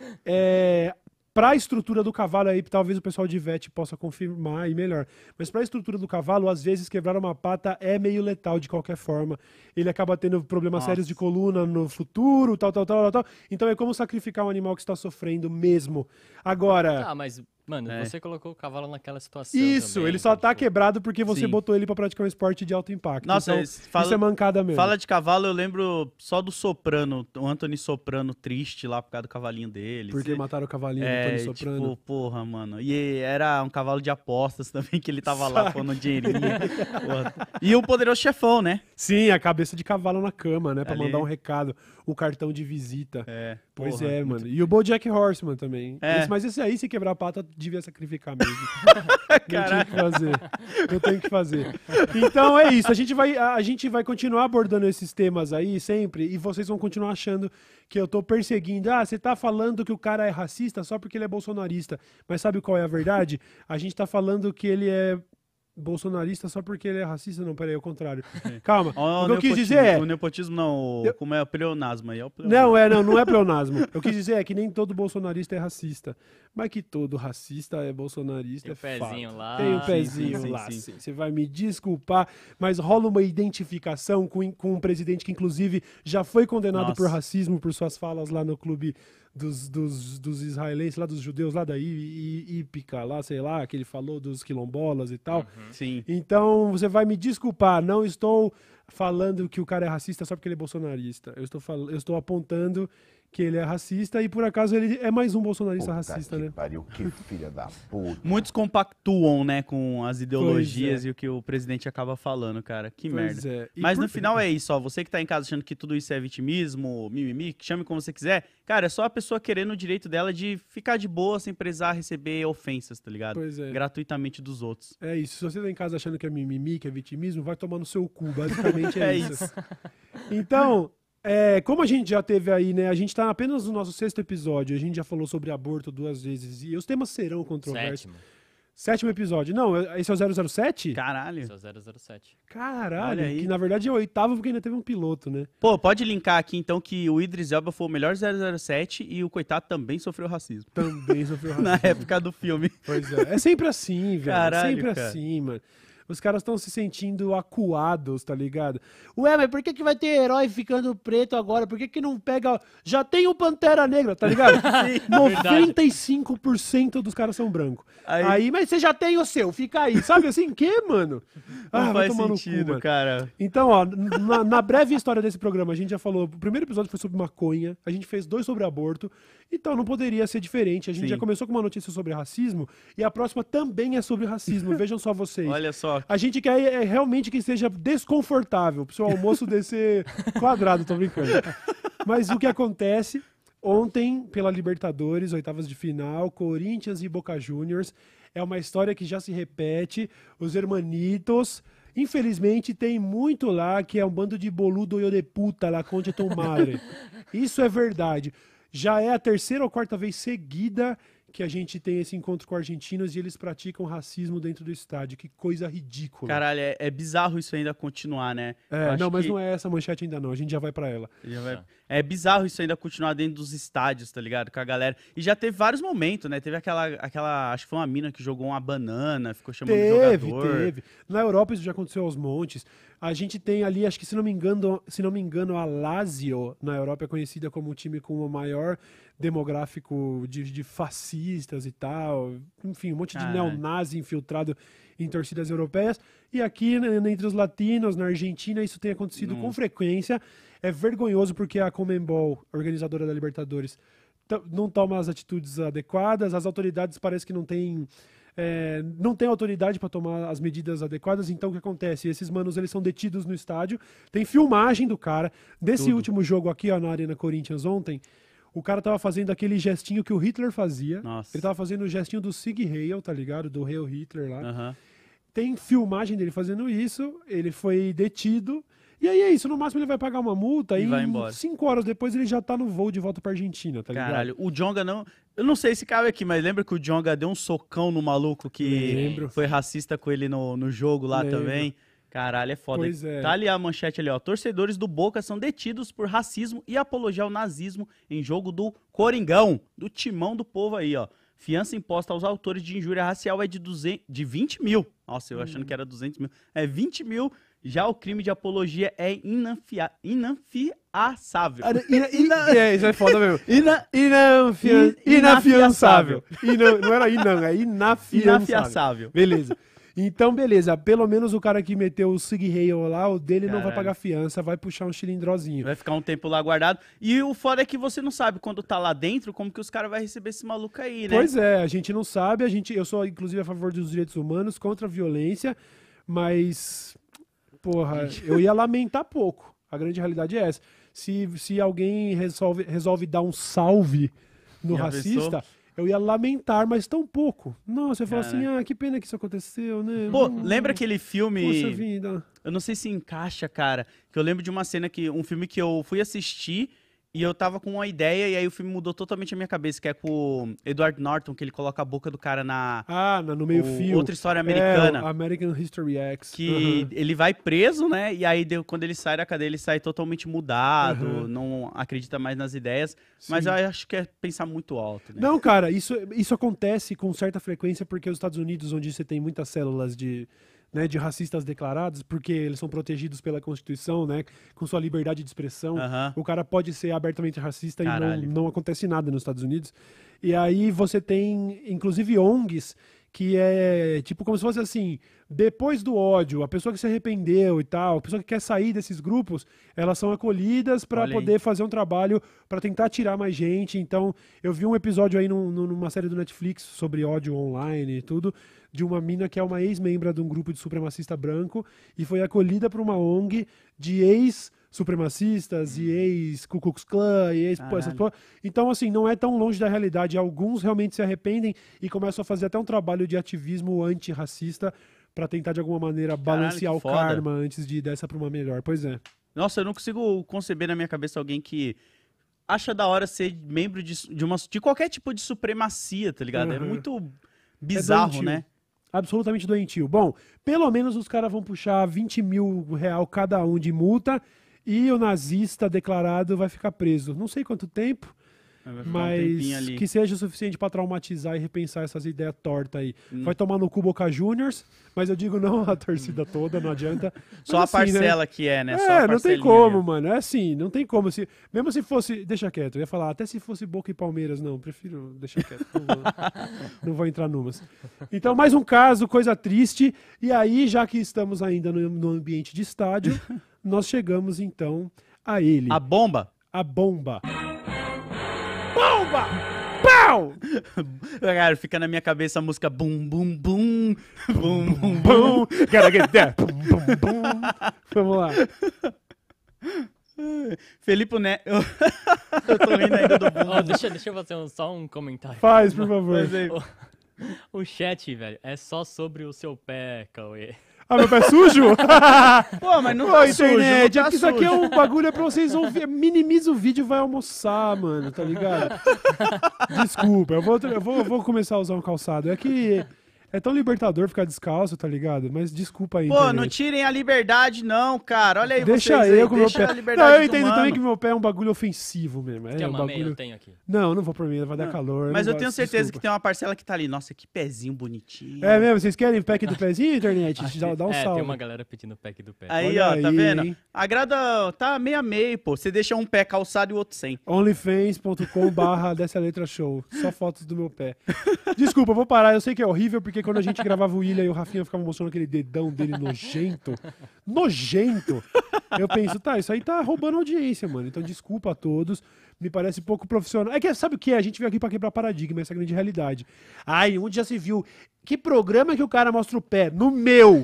Pra estrutura do cavalo aí, talvez o pessoal de VET possa confirmar e melhor. Mas pra estrutura do cavalo, às vezes quebrar uma pata é meio letal de qualquer forma. Ele acaba tendo problemas sérios de coluna no futuro, tal. Então é como sacrificar um animal que está sofrendo mesmo. Agora, Tá, mas, mano, É. você colocou o cavalo naquela situação isso, também, ele só então, tá tipo, quebrado porque você Sim. botou ele pra praticar um esporte de alto impacto. Nossa, então, esse fala- isso é mancada mesmo. Fala de cavalo, eu lembro só do Soprano, o Anthony Soprano triste lá por causa do cavalinho dele. Porque mataram o cavalinho do Tony Soprano. Tipo, porra, mano. E era um cavalo de apostas também, que ele tava lá pondo dinheirinho. Porra. E o Poderoso Chefão, né? Sim, a cabeça de cavalo na cama, né? Pra Ali. mandar um recado, um cartão de visita. É. Pois porra, é, muito- mano. E o BoJack Horseman também. É. Mas esse aí, se quebrar a pata, devia sacrificar mesmo. Não tinha o que fazer. Não tem o que fazer. Então é isso. A gente vai continuar abordando esses temas aí sempre e vocês vão continuar achando que eu tô perseguindo. Ah, você tá falando que o cara é racista só porque ele é bolsonarista. Mas sabe qual é a verdade? A gente tá falando que ele é bolsonarista só porque ele é racista. Não, peraí, é o contrário. Calma. Ó, O que eu quis nepotismo- dizer é... O nepotismo não, como é o pleonasmo aí? É o Não é pleonasmo. Eu quis dizer é que nem todo bolsonarista é racista. Mas que todo racista é bolsonarista Tem é um pezinho fato. lá. Tem um Sim, pezinho sim, lá, sim. sim. Você vai me desculpar, mas rola uma identificação com um presidente que, inclusive, já foi condenado Nossa. por racismo por suas falas lá no clube dos israelenses, lá dos judeus, lá da Ípica, lá, sei lá, que ele falou dos quilombolas e tal. Sim. Então, você vai me desculpar, não estou falando que o cara é racista só porque ele é bolsonarista. Eu estou apontando que ele é racista e, por acaso, ele é mais um bolsonarista racista, né? Pariu, que filha da puta. Muitos compactuam, né, com as ideologias é. e o que o presidente acaba falando, cara. Que Pois merda. é. E Mas por- no final é isso, ó. Você que tá em casa achando que tudo isso é vitimismo, mimimi, chame como você quiser. Cara, é só a pessoa querendo o direito dela de ficar de boa sem precisar receber ofensas, tá ligado? Pois é. Gratuitamente dos outros. É isso. Se você tá em casa achando que é mimimi, que é vitimismo, vai tomar no seu cu. Basicamente é, É isso. Então, como a gente já teve aí, né? A gente tá apenas no nosso 6º episódio. A gente já falou sobre aborto 2 vezes. E os temas serão controversos. 7º episódio. Não, esse é o 007? Caralho. Esse é o 007. Caralho. Olha aí. Que na verdade é o 8º porque ainda teve um piloto, né? Pô, pode linkar aqui então que o Idris Elba foi o melhor 007 e o coitado também sofreu racismo. Também sofreu racismo. Na época do filme. Pois é. É sempre assim, velho. Caralho, Sempre cara. assim, mano. Os caras estão se sentindo acuados, tá ligado? Ué, mas por que vai ter herói ficando preto agora? Por que não pega... Já tem o Pantera Negra, tá ligado? 95% dos caras são brancos. Aí, mas você já tem o seu, fica aí. Sabe assim, que, mano? Não vai faz tomar no sentido, cu, mano. cara. Então, ó, na breve história desse programa, a gente já falou, o primeiro episódio foi sobre maconha, a gente fez 2 sobre aborto, então não poderia ser diferente. A gente Sim. já começou com uma notícia sobre racismo e a próxima também é sobre racismo. Vejam só vocês. Olha só, choque. A gente quer realmente que seja desconfortável, pro seu almoço descer quadrado, tô brincando. Mas o que acontece, ontem, pela Libertadores, oitavas de final, Corinthians e Boca Juniors, é uma história que já se repete, os hermanitos, infelizmente tem muito lá que é um bando de boludo e de puta, la concha tu madre. Isso é verdade. Já é a terceira ou quarta vez seguida que a gente tem esse encontro com argentinos e eles praticam racismo dentro do estádio. Que coisa ridícula. Caralho, é bizarro isso ainda continuar, né? É, não, mas não é essa manchete ainda não. A gente já vai pra ela. É bizarro isso ainda continuar dentro dos estádios, tá ligado? Com a galera. E já teve vários momentos, né? Teve aquela acho que foi uma mina que jogou uma banana, ficou chamando de jogador. Teve. Na Europa isso já aconteceu aos montes. A gente tem ali, acho que se não me engano, a Lazio na Europa é conhecida como um time com o maior demográfico de fascistas e tal. Enfim, um monte de neonazi infiltrado em torcidas europeias. E aqui, né, entre os latinos, na Argentina, isso tem acontecido com frequência. É vergonhoso porque a Conmebol, organizadora da Libertadores, não toma as atitudes adequadas. As autoridades parece que não têm autoridade para tomar as medidas adequadas. Então o que acontece? Esses manos, eles são detidos no estádio. Tem filmagem do cara. Desse último jogo aqui, ó, na Arena Corinthians ontem, o cara tava fazendo aquele gestinho que o Hitler fazia. Nossa. Ele tava fazendo o gestinho do Sieg Heil, tá ligado? Do Heil Hitler lá. Aham. Tem filmagem dele fazendo isso. Ele foi detido. E aí é isso. No máximo ele vai pagar uma multa E e vai embora. 5 horas depois ele já tá no voo de volta pra Argentina, tá ligado? Caralho, o Djonga não... Eu não sei se cabe aqui, mas lembra que o Djonga deu um socão no maluco que Lembro. foi racista com ele no jogo lá Lembro. também? Caralho, é foda. Pois é. Tá ali a manchete ali, ó. Torcedores do Boca são detidos por racismo e apologia ao nazismo em jogo do Coringão, do timão do povo aí, ó. Fiança imposta aos autores de injúria racial é de 20 mil. Nossa, eu achando que era 200 mil. É 20 mil. Já o crime de apologia é inafiançável. Isso é foda mesmo. Inafiançável. Inafiançável. Não era é inafiançável. Inafiançável. Beleza. Então, beleza. Pelo menos o cara que meteu o Sieg Heil lá, o dele não vai Caralho. pagar fiança, vai puxar um cilindrozinho. Vai ficar um tempo lá guardado. E o foda é que você não sabe quando tá lá dentro como que os caras vão receber esse maluco aí, né? Pois é, a gente não sabe. Eu sou, inclusive, a favor dos direitos humanos, contra a violência, mas, porra, eu ia lamentar pouco. A grande realidade é essa. Se alguém resolve dar um salve no Já racista, eu ia lamentar, mas tão pouco. Nossa, eu falo assim, Caraca. que pena que isso aconteceu, né? Pô, lembra aquele filme... Poxa vida. Eu não sei se encaixa, cara. Que eu lembro de uma cena um filme que eu fui assistir e eu tava com uma ideia e aí o filme mudou totalmente a minha cabeça, que é com o Edward Norton, que ele coloca a boca do cara No meio-fio. Outra história americana. É, o American History X. Que ele vai preso, né? E aí, quando ele sai da cadeia, ele sai totalmente mudado, não acredita mais nas ideias. Mas eu acho que é pensar muito alto, né? Não, cara, isso acontece com certa frequência porque os Estados Unidos, onde você tem muitas células de racistas declarados, porque eles são protegidos pela Constituição, né, com sua liberdade de expressão, o cara pode ser abertamente racista Caralho. e não acontece nada nos Estados Unidos. E aí você tem, inclusive, ONGs que é tipo como se fosse assim, depois do ódio, a pessoa que se arrependeu e tal, a pessoa que quer sair desses grupos, elas são acolhidas para Olha aí. poder fazer um trabalho para tentar tirar mais gente. Então, eu vi um episódio aí numa série do Netflix sobre ódio online e tudo, de uma mina que é uma ex-membra de um grupo de supremacista branco e foi acolhida por uma ONG de ex-supremacistas e ex-Ku Klux Klan e essas porra. Então, assim, não é tão longe da realidade. Alguns realmente se arrependem e começam a fazer até um trabalho de ativismo antirracista para tentar, de alguma maneira, balancear que o foda. karma antes de ir dessa para uma melhor. Pois é. Nossa, eu não consigo conceber na minha cabeça alguém que acha da hora ser membro de qualquer tipo de supremacia, tá ligado? É muito bizarro, doentio. né? Absolutamente doentio. Bom, pelo menos os caras vão puxar 20 mil real cada um de multa e o nazista declarado vai ficar preso. Não sei quanto tempo, Vai ficar um tempinho mas ali. que seja o suficiente para traumatizar e repensar essas ideias tortas aí. Vai tomar no cu Boca Juniors, mas eu digo não a torcida toda, não adianta. Só Mas a assim, né? parcela que é, né? Só a Não tem parcelinha como, ali. mano. É assim, não tem como. Mesmo se fosse. Deixa quieto, eu ia falar, até se fosse Boca e Palmeiras, não, prefiro deixar quieto. Não vou entrar numas. Então, mais um caso, coisa triste. E aí, já que estamos ainda no ambiente de estádio, nós chegamos então a ele. A bomba? A bomba. Bomba! Pau! Cara, fica na minha cabeça a música Bum Bum Bum bum, bum, bum. Bum, gotta get that. Bum, bum, bum. Vamos lá. Felipe Neto. Eu tô rindo ainda do bum. Ó, deixa eu fazer só um comentário. Faz, por favor. Mas aí, O chat, velho, é só sobre o seu pé, Cauê. Ah, meu pé sujo? pô, mas não Pô, tá internet, sujo, não é tá porque isso aqui é sujo. um bagulho é pra vocês ouvir. Minimiza o vídeo e vai almoçar, mano, tá ligado? Desculpa, eu vou começar a usar um calçado. É que é tão libertador ficar descalço, tá ligado? Mas desculpa aí, Pô, internet. não tirem a liberdade, não, cara. Olha aí Deixa vocês aí, eu com o meu deixa pé. a liberdade Não, eu do entendo mano. também que meu pé é um bagulho ofensivo mesmo. É Quer um uma meia? bagulho... Eu tenho aqui. Não vou por mim, vai dar calor. Mas não eu tenho gosto, certeza desculpa. que tem uma parcela que tá ali. Nossa, que pezinho bonitinho. É mesmo? Vocês querem pack do pezinho, internet? Dá um Tem salve. uma galera pedindo pack do pé. Aí, Olha ó, tá aí, vendo? hein? Agrada, tá meio a meio, pô. Você deixa um pé calçado e o outro sem. onlyfans.com/dessa letra show. Só fotos do meu pé. Desculpa, eu vou parar. Eu sei que é horrível, porque quando a gente gravava o William e o Rafinha ficavam mostrando aquele dedão dele nojento. Nojento! Eu penso, tá, isso aí tá roubando audiência, mano. Então desculpa a todos. Me parece pouco profissional. É que sabe o que é? A gente veio aqui pra quebrar paradigma, essa grande realidade. Ai, onde já se viu? Que programa que o cara mostra o pé? No meu!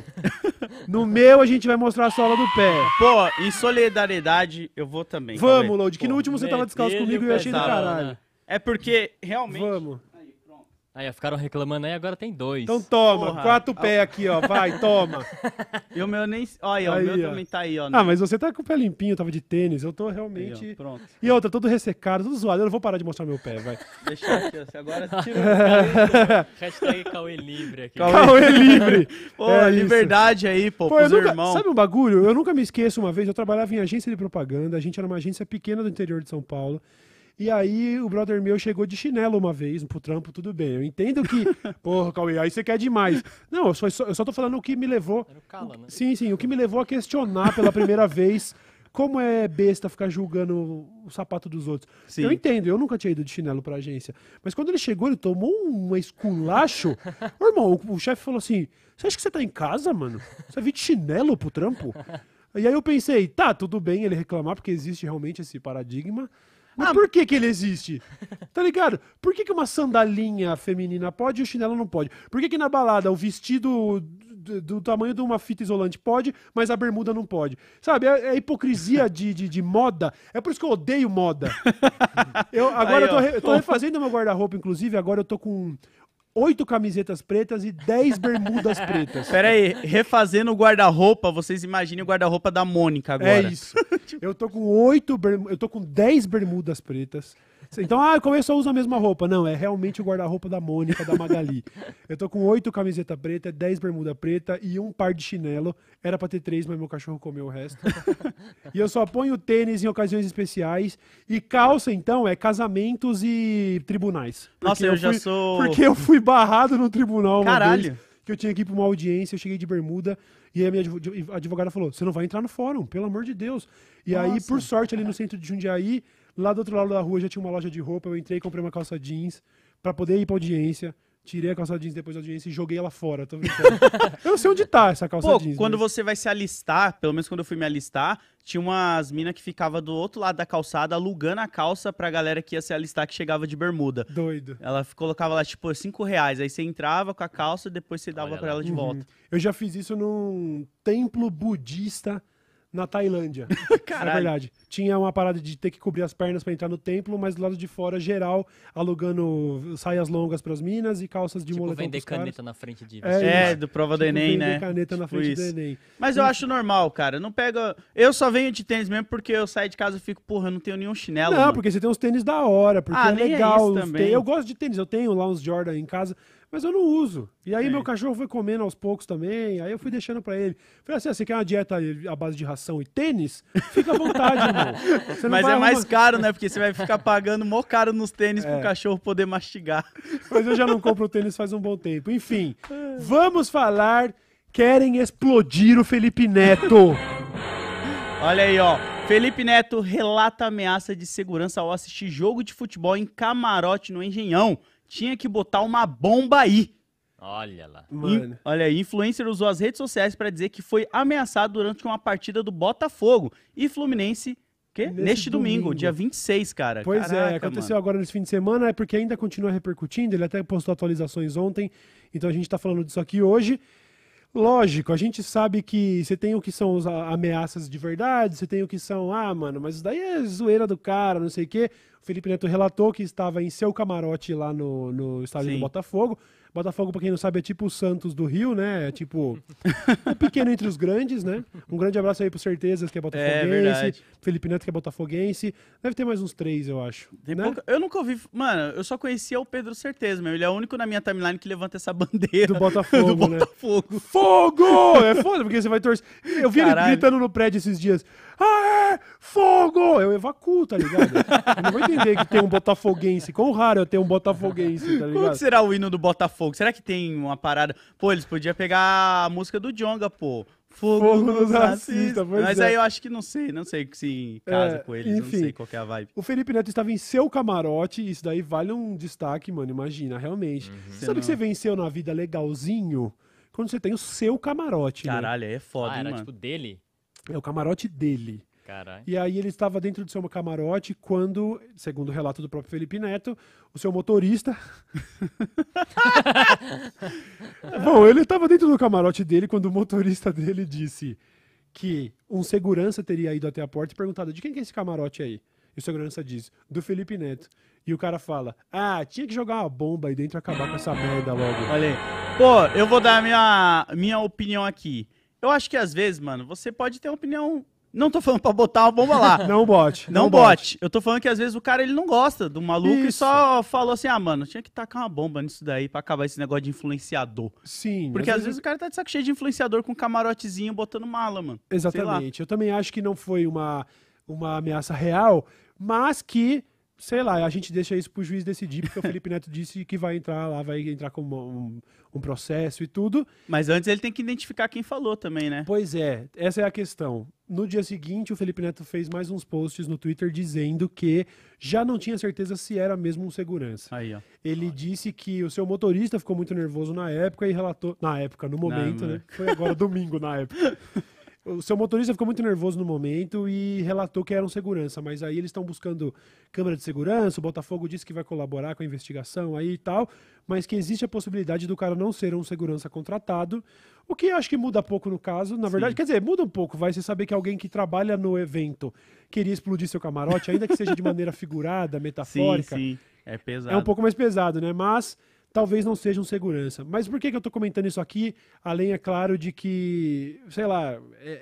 No meu a gente vai mostrar a sola do pé. Pô, em solidariedade, eu vou também. Vamos, Cauê. Load, que no último você tava descalço Meter-lhe comigo e o eu achei do pesado, caralho. né? É porque, realmente... Vamos. Aí, ó, ficaram reclamando aí, agora tem 2. Então toma, Porra. 4 pé aqui, ó. Vai, toma. E o meu nem... Olha, Aí, o meu ó. também tá aí, ó. Ah, mas você tá com o pé limpinho, tava de tênis. Eu tô Aí, realmente. ó, pronto. E outra, todo ressecado, tudo zoado. Eu não vou parar de mostrar meu pé, vai. Deixa aqui, ó. Você agora tira... Hashtag Cauê livre aqui. Cauê livre. Pô, É isso. liberdade aí, pô, Pô, eu pros nunca, irmãos. sabe um bagulho? Eu nunca me esqueço uma vez, eu trabalhava em agência de propaganda, a gente era uma agência pequena do interior de São Paulo. E aí o brother meu chegou de chinelo uma vez pro trampo, tudo bem. Eu entendo que, porra, Cauê, aí você quer demais. Não, eu só tô falando o que me levou. Era o Cala, né? Sim, o que me levou a questionar pela primeira vez como é besta ficar julgando o sapato dos outros. Sim. Eu entendo, eu nunca tinha ido de chinelo pra agência. Mas quando ele chegou, ele tomou um esculacho. Ô, irmão, o chefe falou assim: você acha que você tá em casa, mano? Você vai vir de chinelo pro trampo? E aí eu pensei, tá, tudo bem ele reclamar, porque existe realmente esse paradigma. Mas por que ele existe? Tá ligado? Por que uma sandalinha feminina pode e o chinelo não pode? Por que na balada o vestido do tamanho de uma fita isolante pode, mas a bermuda não pode? Sabe? É hipocrisia de moda. É por isso que eu odeio moda. Agora eu tô refazendo meu guarda-roupa, inclusive. Agora eu tô com 8 camisetas pretas e 10 bermudas pretas. Pera aí, refazendo o guarda-roupa, vocês imaginem o guarda-roupa da Mônica agora. É isso. Eu tô com 10 bermudas pretas. Então, como eu só uso a mesma roupa. Não, é realmente o guarda-roupa da Mônica, da Magali. Eu tô com 8 camisetas pretas, 10 bermuda preta e um par de chinelo. Era pra ter 3, mas meu cachorro comeu o resto. E eu só ponho tênis em ocasiões especiais. E calça, então, é casamentos e tribunais. Nossa, eu já sou... Porque eu fui barrado no tribunal uma Caralho. vez, que eu tinha que ir pra uma audiência, eu cheguei de bermuda, e aí a minha advogada falou, você não vai entrar no fórum, pelo amor de Deus. E aí, por sorte, ali no centro de Jundiaí, lá do outro lado da rua já tinha uma loja de roupa, eu entrei e comprei uma calça jeans pra poder ir pra audiência, tirei a calça jeans depois da audiência e joguei ela fora, tô brincando. Eu não sei onde tá essa calça Pô, jeans. quando mas- você vai se alistar, pelo menos quando eu fui me alistar, tinha umas minas que ficavam do outro lado da calçada alugando a calça pra galera que ia se alistar que chegava de bermuda. Doido. Ela colocava lá, tipo, R$5. Aí você entrava com a calça e depois você dava Olha pra lá. ela de volta. Eu já fiz isso num templo budista na Tailândia. É Caralho. verdade. Tinha uma parada de ter que cobrir as pernas pra entrar no templo, mas do lado de fora, geral, alugando saias longas pras minas e calças de Tipo, moletom vender pros caras. caneta na frente de É, vestido. É, isso. do prova do Tipo, Enem, vender né? caneta na Tipo frente isso. do Enem. Mas eu acho normal, cara. Não pega. Eu só venho de tênis mesmo porque eu saio de casa e fico, porra, eu não tenho nenhum chinelo. Não, mano. porque você tem uns tênis da hora, porque Ah, é nem é legal. isso os também. tênis. Eu gosto de tênis, eu tenho lá uns Jordan em casa, mas eu não uso. E aí meu cachorro foi comendo aos poucos também, aí eu fui deixando pra ele. Falei assim, você quer uma dieta à base de ração e tênis? Fica à vontade, irmão. Você não Mas vai é mais arrumar- caro, né? Porque você vai ficar pagando mó caro nos tênis É. pro cachorro poder mastigar. Mas eu já não compro tênis faz um bom tempo. Enfim, vamos falar. Querem explodir o Felipe Neto. Olha aí, ó. Felipe Neto relata ameaça de segurança ao assistir jogo de futebol em camarote no Engenhão. Tinha que botar uma bomba aí. Olha lá. Mano. Olha aí, influencer usou as redes sociais para dizer que foi ameaçado durante uma partida do Botafogo e Fluminense Quê? Neste domingo, dia 26, cara. Pois Caraca, aconteceu mano. agora nesse fim de semana, é porque ainda continua repercutindo, ele até postou atualizações ontem, então a gente tá falando disso aqui hoje. Lógico, a gente sabe que você tem o que são as ameaças de verdade, você tem o que são, mano, mas isso daí é zoeira do cara, não sei o quê. O Felipe Neto relatou que estava em seu camarote lá no estádio do Sim. Botafogo. Botafogo, pra quem não sabe, é tipo o Santos do Rio, né? É tipo o pequeno entre os grandes, né? Um grande abraço aí pro Certezas, que é botafoguense. verdade. Felipe Neto, que é botafoguense. Deve ter mais uns 3, eu acho. Tem né? Eu nunca ouvi. Mano, eu só conhecia o Pedro Certeza, meu. Ele é o único na minha timeline que levanta essa bandeira. Do Botafogo, do né? Botafogo. Fogo! É foda, porque você vai torcer. Eu vi ele Caralho. gritando no prédio esses dias. Fogo! Eu evacuo, tá ligado? Eu não vou entender que tem um botafoguense. Quão raro eu ter um botafoguense, tá Como ligado? que será o hino do Botafogo? Será que tem uma parada? Pô, eles podiam pegar a música do Djonga, pô. Fogo nos racistas, pois Mas é. aí eu acho que não sei se casa com eles, enfim. não sei qual que é a vibe. O Felipe Neto estava em seu camarote, isso daí vale um destaque, mano, imagina, realmente. Você sabe que você venceu na vida legalzinho quando você tem o seu camarote, né? Caralho, aí é foda, hein, era mano. tipo dele? É o camarote dele. Caralho. E aí ele estava dentro do seu camarote quando, segundo o relato do próprio Felipe Neto, o seu motorista... Bom, ele estava dentro do camarote dele quando o motorista dele disse que um segurança teria ido até a porta e perguntado: de quem que é esse camarote aí? E o segurança diz: do Felipe Neto. E o cara fala: tinha que jogar uma bomba aí dentro e acabar com essa merda logo. Olha aí. Pô, eu vou dar a minha opinião aqui. Eu acho que às vezes, mano, você pode ter uma opinião... Não tô falando pra botar uma bomba lá. Não bote. Não bote. Eu tô falando que às vezes o cara ele não gosta do maluco e Isso. só falou assim: mano, tinha que tacar uma bomba nisso daí pra acabar esse negócio de influenciador. Sim. Porque às vezes o cara tá de saco cheio de influenciador com um camarotezinho botando mala, mano. Sei lá. Exatamente. Eu também acho que não foi uma ameaça real, mas que, sei lá, a gente deixa isso pro juiz decidir, porque o Felipe Neto disse que vai entrar com um processo e tudo. Mas antes ele tem que identificar quem falou também, né? Pois é, essa é a questão. No dia seguinte, o Felipe Neto fez mais uns posts no Twitter dizendo que já não tinha certeza se era mesmo um segurança. Aí, ó. Ele disse que o seu motorista ficou muito nervoso na época e relatou... No momento, Não, né? Foi agora domingo, na época. O seu motorista ficou muito nervoso no momento e relatou que era um segurança, mas aí eles estão buscando câmera de segurança, o Botafogo disse que vai colaborar com a investigação aí e tal, mas que existe a possibilidade do cara não ser um segurança contratado, o que eu acho que muda pouco no caso, na verdade, quer dizer, muda um pouco, vai você saber que alguém que trabalha no evento queria explodir seu camarote, ainda que seja de maneira figurada, metafórica, Sim. É pesado. é um pouco mais pesado, né? Mas talvez não seja um segurança. Mas por que eu tô comentando isso aqui? Além, é claro, de que, sei lá,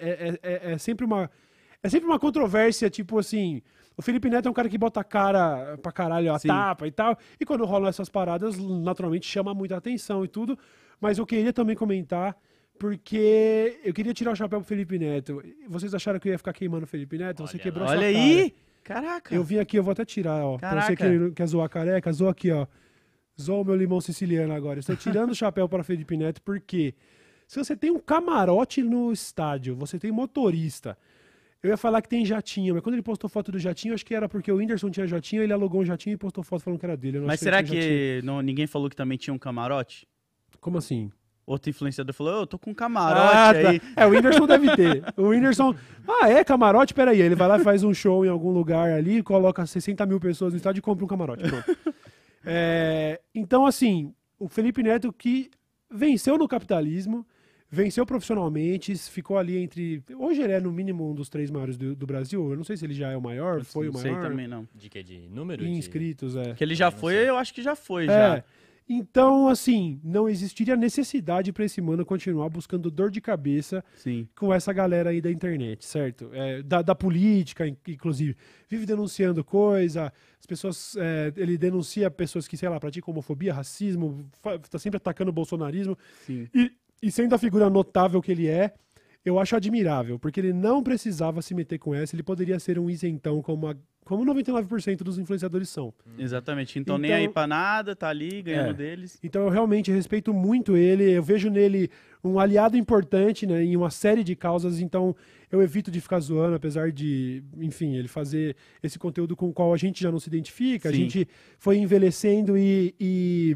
é sempre uma controvérsia, tipo assim, o Felipe Neto é um cara que bota a cara pra caralho a Sim. tapa e tal, e quando rolam essas paradas, naturalmente chama muita atenção e tudo, mas eu queria também comentar, porque eu queria tirar o chapéu pro Felipe Neto. Vocês acharam que eu ia ficar queimando o Felipe Neto? Você Olha quebrou lá. sua Olha cara. aí! Caraca! Eu vim aqui, eu vou até tirar, ó. Pra você Caraca. que quer zoar careca, zoa aqui, ó. Zoa o meu limão siciliano agora. Eu estou tirando o chapéu para Felipe Neto, porque se você tem um camarote no estádio, você tem motorista. Eu ia falar que tem jatinho, mas quando ele postou foto do jatinho, acho que era porque o Whindersson tinha jatinho, ele alugou um jatinho e postou foto falando que era dele. Eu não Mas sei será se tinha jatinho. que ninguém falou que também tinha um camarote? Como assim? Outro influenciador falou: eu tô com um camarote aí. É, o Whindersson deve ter. O Whindersson... camarote? Peraí. Ele vai lá, faz um show em algum lugar ali, coloca 60 mil pessoas no estádio e compra um camarote. Pronto. Então, assim, o Felipe Neto que venceu no capitalismo, venceu profissionalmente, ficou ali entre... Hoje ele é, no mínimo, um dos 3 maiores do Brasil. Eu não sei se ele já é o maior, foi o Não maior. sei também, não. De quê? De número? Em De... inscritos, é. Que ele já Não foi, sei. eu acho que já foi, já. Então, assim, não existiria necessidade para esse mano continuar buscando dor de cabeça Sim. com essa galera aí da internet, certo? Da política, inclusive. Vive denunciando coisa, as pessoas... ele denuncia pessoas que, sei lá, praticam homofobia, racismo, tá sempre atacando o bolsonarismo. Sim. E sendo a figura notável que ele é, eu acho admirável, porque ele não precisava se meter com essa, ele poderia ser um isentão como 99% dos influenciadores são. Exatamente. Então, nem Então- aí pra nada, tá ali ganhando deles. Então eu realmente respeito muito ele, eu vejo nele um aliado importante, né, em uma série de causas, então eu evito de ficar zoando, apesar de, enfim, ele fazer esse conteúdo com o qual a gente já não se identifica, a Sim. gente foi envelhecendo e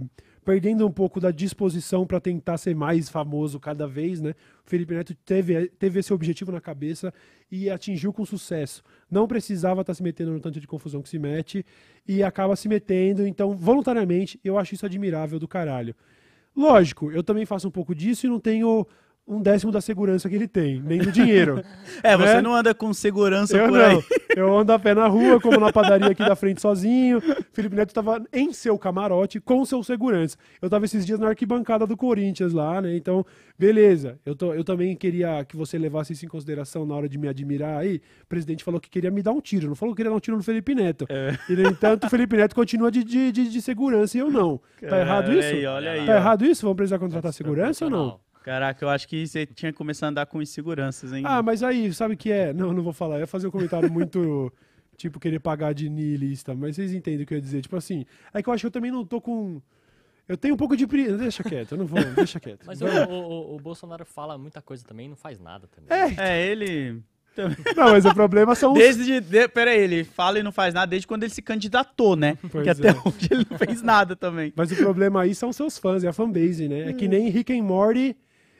perdendo um pouco da disposição para tentar ser mais famoso cada vez, né? O Felipe Neto teve esse objetivo na cabeça e atingiu com sucesso. Não precisava estar se metendo no tanto de confusão que se mete e acaba se metendo, então, voluntariamente, eu acho isso admirável do caralho. Lógico, eu também faço um pouco disso e não tenho 1/10 da segurança que ele tem, nem do dinheiro. Você não anda com segurança Eu por não. aí. Eu ando a pé na rua, como na padaria aqui da frente sozinho. Felipe Neto estava em seu camarote com seu segurança. Eu estava esses dias na arquibancada do Corinthians lá, né? Então, beleza. Eu também queria que você levasse isso em consideração na hora de me admirar aí. O presidente falou que queria me dar um tiro, não falou que queria dar um tiro no Felipe Neto. E, no entanto, o Felipe Neto continua de segurança e eu não. Tá errado isso? Olha aí, Tá errado isso? Vamos precisar contratar segurança ou não? Caraca, eu acho que você tinha que começar a andar com inseguranças, hein? Ah, mas aí, sabe o que é? Não vou falar. Eu ia fazer um comentário muito, tipo, querer pagar de niilista, mas vocês entendem o que eu ia dizer. Tipo assim, é que eu acho que eu também não tô com... Eu tenho um pouco de... Deixa quieto, eu não vou, deixa quieto. Mas o Bolsonaro fala muita coisa também e não faz nada também. Ele... Não, mas o problema são os... Peraí, ele fala e não faz nada desde quando ele se candidatou, né? Pois que até é. hoje ele não fez nada também. Mas o problema aí são seus fãs, é a fanbase, né? É que nem Rick and Morty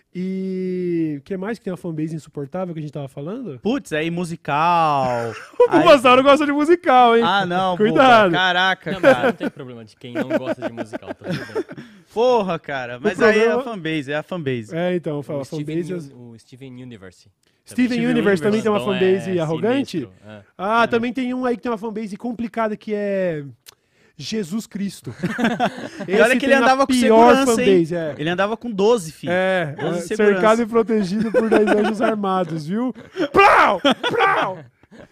e... O que mais que tem uma fanbase insuportável que a gente tava falando? Putz, aí musical. O Bulbasauro gosta de musical, hein? Ah, não, Cuidado. Buba, caraca, Não, mas cara. não tem problema de quem não gosta de musical, tá tudo bem. Porra, cara. Mas aí é a fanbase, É, então, a O fanbase... Steven Universe. Steven Universe também tem uma Então fanbase arrogante? sinistro, é. Ah, também tem um aí que tem uma fanbase complicada que é Jesus Cristo. E olha que ele andava com segurança, hein? Ele andava com 12, filho. 12 segurança. Cercado e protegido por 10 anjos armados, viu? Plau! Plau!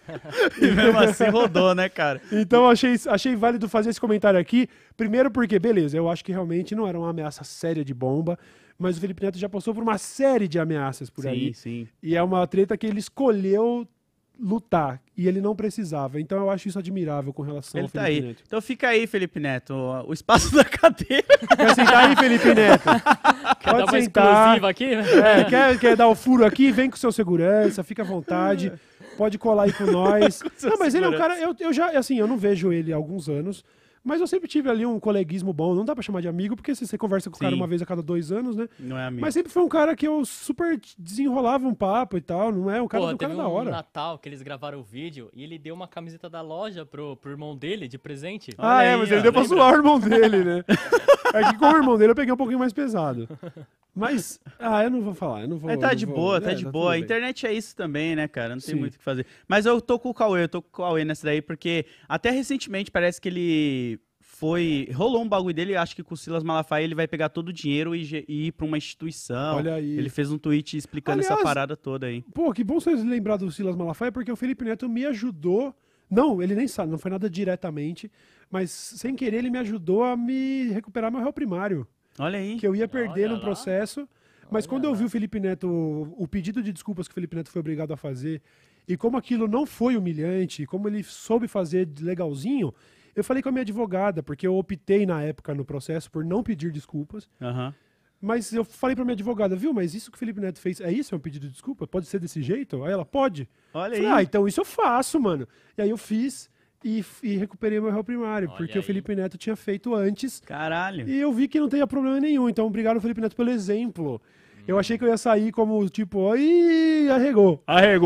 E mesmo assim rodou, né, cara? Então achei válido fazer esse comentário aqui. Primeiro porque, beleza, eu acho que realmente não era uma ameaça séria de bomba, mas o Felipe Neto já passou por uma série de ameaças por aí. Sim. E é uma treta que ele escolheu lutar e ele não precisava. Então eu acho isso admirável com relação Ele ao tá Felipe aí. Neto. Então fica aí, Felipe Neto, o espaço da cadeira. Quer sentar aí, Felipe Neto? Quer dar Pode uma sentar. exclusiva aqui? Quer dar o furo aqui? Vem com seu segurança, fica à vontade. Pode colar aí com nós. seu Não, mas ele é um segurança. cara... Eu já, assim, eu não vejo ele há alguns anos, mas eu sempre tive ali um coleguismo bom. Não dá pra chamar de amigo, porque se você conversa com o cara Sim. uma vez a cada 2 anos, né? Não é amigo. Mas sempre foi um cara que eu super desenrolava um papo e tal. Não é um cara Pô, do cara teve da um hora. Natal que eles gravaram o vídeo e ele deu uma camiseta da loja pro irmão dele de presente. Ah, Olha aí, mas ele ó, deu pra lembra? zoar o irmão dele, né? É que com o irmão dele eu peguei um pouquinho mais pesado. Mas, eu não vou falar, eu não vou... Mas tá eu de não boa, vou- tá de tudo boa. A bem. internet é isso também, né, cara? Não tem Sim. muito o que fazer. Mas eu tô com o Cauê nessa daí, porque até recentemente parece que ele rolou um bagulho dele, acho que com o Silas Malafaia ele vai pegar todo o dinheiro e ir pra uma instituição. Olha aí. Ele fez um tweet explicando Aliás, essa parada toda aí. Pô, que bom vocês lembrar do Silas Malafaia, porque o Felipe Neto me ajudou. Não, ele nem sabe, não foi nada diretamente, mas sem querer ele me ajudou a me recuperar meu réu primário, Olha aí. que eu ia perder Olha no lá. processo. Mas Olha quando eu lá. vi o Felipe Neto, o pedido de desculpas que o Felipe Neto foi obrigado a fazer, e como aquilo não foi humilhante, e como ele soube fazer legalzinho, eu falei com a minha advogada, porque eu optei na época no processo por não pedir desculpas. Aham. Mas eu falei pra minha advogada, viu, mas isso que o Felipe Neto fez, é isso? É um pedido de desculpa? Pode ser desse jeito? Aí ela, pode. Olha Eu aí. falei, então isso eu faço, mano. E aí eu fiz e recuperei meu réu primário, Olha porque o aí. Felipe Neto tinha feito antes. Caralho. E eu vi que não teria problema nenhum. Então, obrigado, Felipe Neto, pelo exemplo. Eu achei que eu ia sair como, tipo, ih, arregou.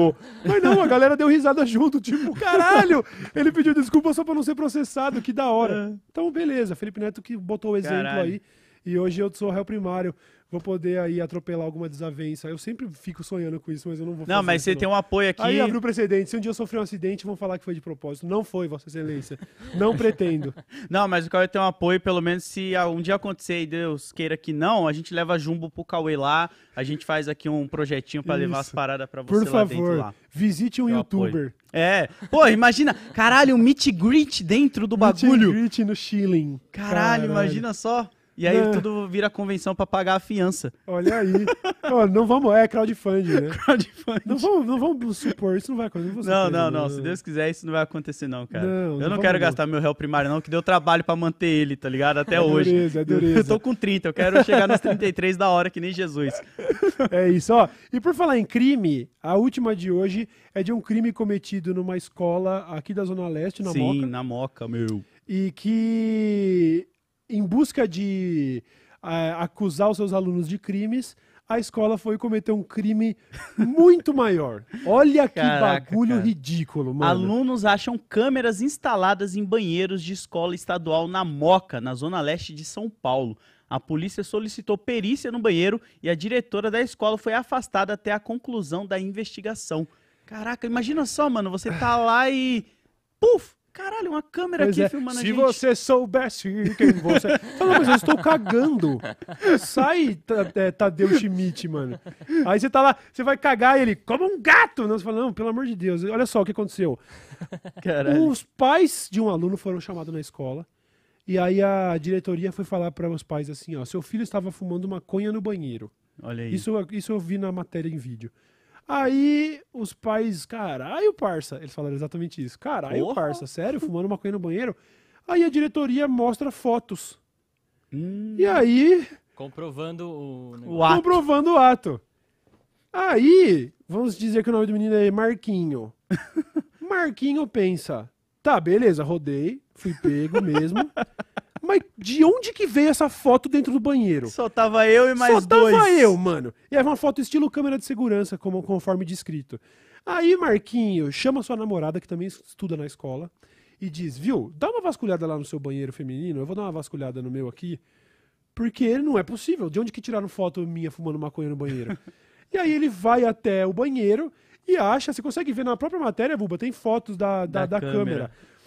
Mas não, a galera deu risada junto, tipo, caralho, ele pediu desculpa só pra não ser processado, que da hora. Então, beleza, Felipe Neto que botou o exemplo Caralho. aí. E hoje eu sou réu primário. Vou poder aí atropelar alguma desavença. Eu sempre fico sonhando com isso, mas eu não vou fazer Não, mas isso, você tem um apoio aqui. Aí abriu o precedente. Se um dia eu sofrer um acidente, vão falar que foi de propósito. Não foi, Vossa Excelência. Não pretendo. Não, mas o Cauê tem um apoio, pelo menos se um dia acontecer e Deus queira que não, a gente leva jumbo pro Cauê lá, a gente faz aqui um projetinho pra levar as Isso. paradas pra você Por lá dentro favor, lá. visite um Eu youtuber. É. Pô, imagina, caralho, um meet and greet dentro do Meet and bagulho. greet no Shilling. Caralho, imagina só. E aí Não. tudo vira convenção pra pagar a fiança. Olha aí. Ó, não vamos... É crowdfunding, né? Crowdfunding. Não vamos supor. Isso não vai acontecer. vou ser preso, Não. Se Deus quiser, isso não vai acontecer, não, cara. Não, eu não não vamos quero não. gastar meu réu primário, não, que deu trabalho pra manter ele, tá ligado? Até hoje. dureza, é dureza. Eu tô com 30, eu quero chegar nos 33 da hora, que nem Jesus. É isso, ó. E por falar em crime, a última de hoje é de um crime cometido numa escola aqui da Zona Leste, na Sim, Moca. na Moca, meu. E que, em busca de acusar os seus alunos de crimes, a escola foi cometer um crime muito maior. Olha que Caraca, bagulho cara. ridículo, mano. Alunos acham câmeras instaladas em banheiros de escola estadual na Moca, na zona leste de São Paulo. A polícia solicitou perícia no banheiro e a diretora da escola foi afastada até a conclusão da investigação. Caraca, imagina só, mano, você tá lá e... Puf! Caralho, uma câmera Pois aqui é. filmando a Se gente. você soubesse quem você... Fala, mas eu estou cagando. Sai, Tadeu Schmidt, mano. Aí você tá lá, você vai cagar e ele, como um gato. Não, você fala, não, pelo amor de Deus. Olha só o que aconteceu. Caralho. Os pais de um aluno foram chamados na escola. E aí a diretoria foi falar para os pais assim, ó, seu filho estava fumando maconha no banheiro. Olha aí. Isso eu vi na matéria em vídeo. Aí os pais, caralho, parça. Eles falaram exatamente isso. Caralho, Porra. parça, sério? Fumando maconha no banheiro? Aí a diretoria mostra fotos. E aí, Comprovando o negócio. O ato. comprovando o ato. Aí, vamos dizer que o nome do menino é Marquinho. Marquinho pensa, tá, beleza, rodei, fui pego mesmo. Mas de onde que veio essa foto dentro do banheiro? Só tava eu e mais Só dois. tava eu, mano. E é uma foto estilo câmera de segurança, conforme descrito. Aí, Marquinho chama sua namorada, que também estuda na escola, e diz, viu, dá uma vasculhada lá no seu banheiro feminino, eu vou dar uma vasculhada no meu aqui, porque não é possível. De onde que tiraram foto minha fumando maconha no banheiro? E aí ele vai até o banheiro e acha, você consegue ver na própria matéria, Buba, tem fotos da câmera.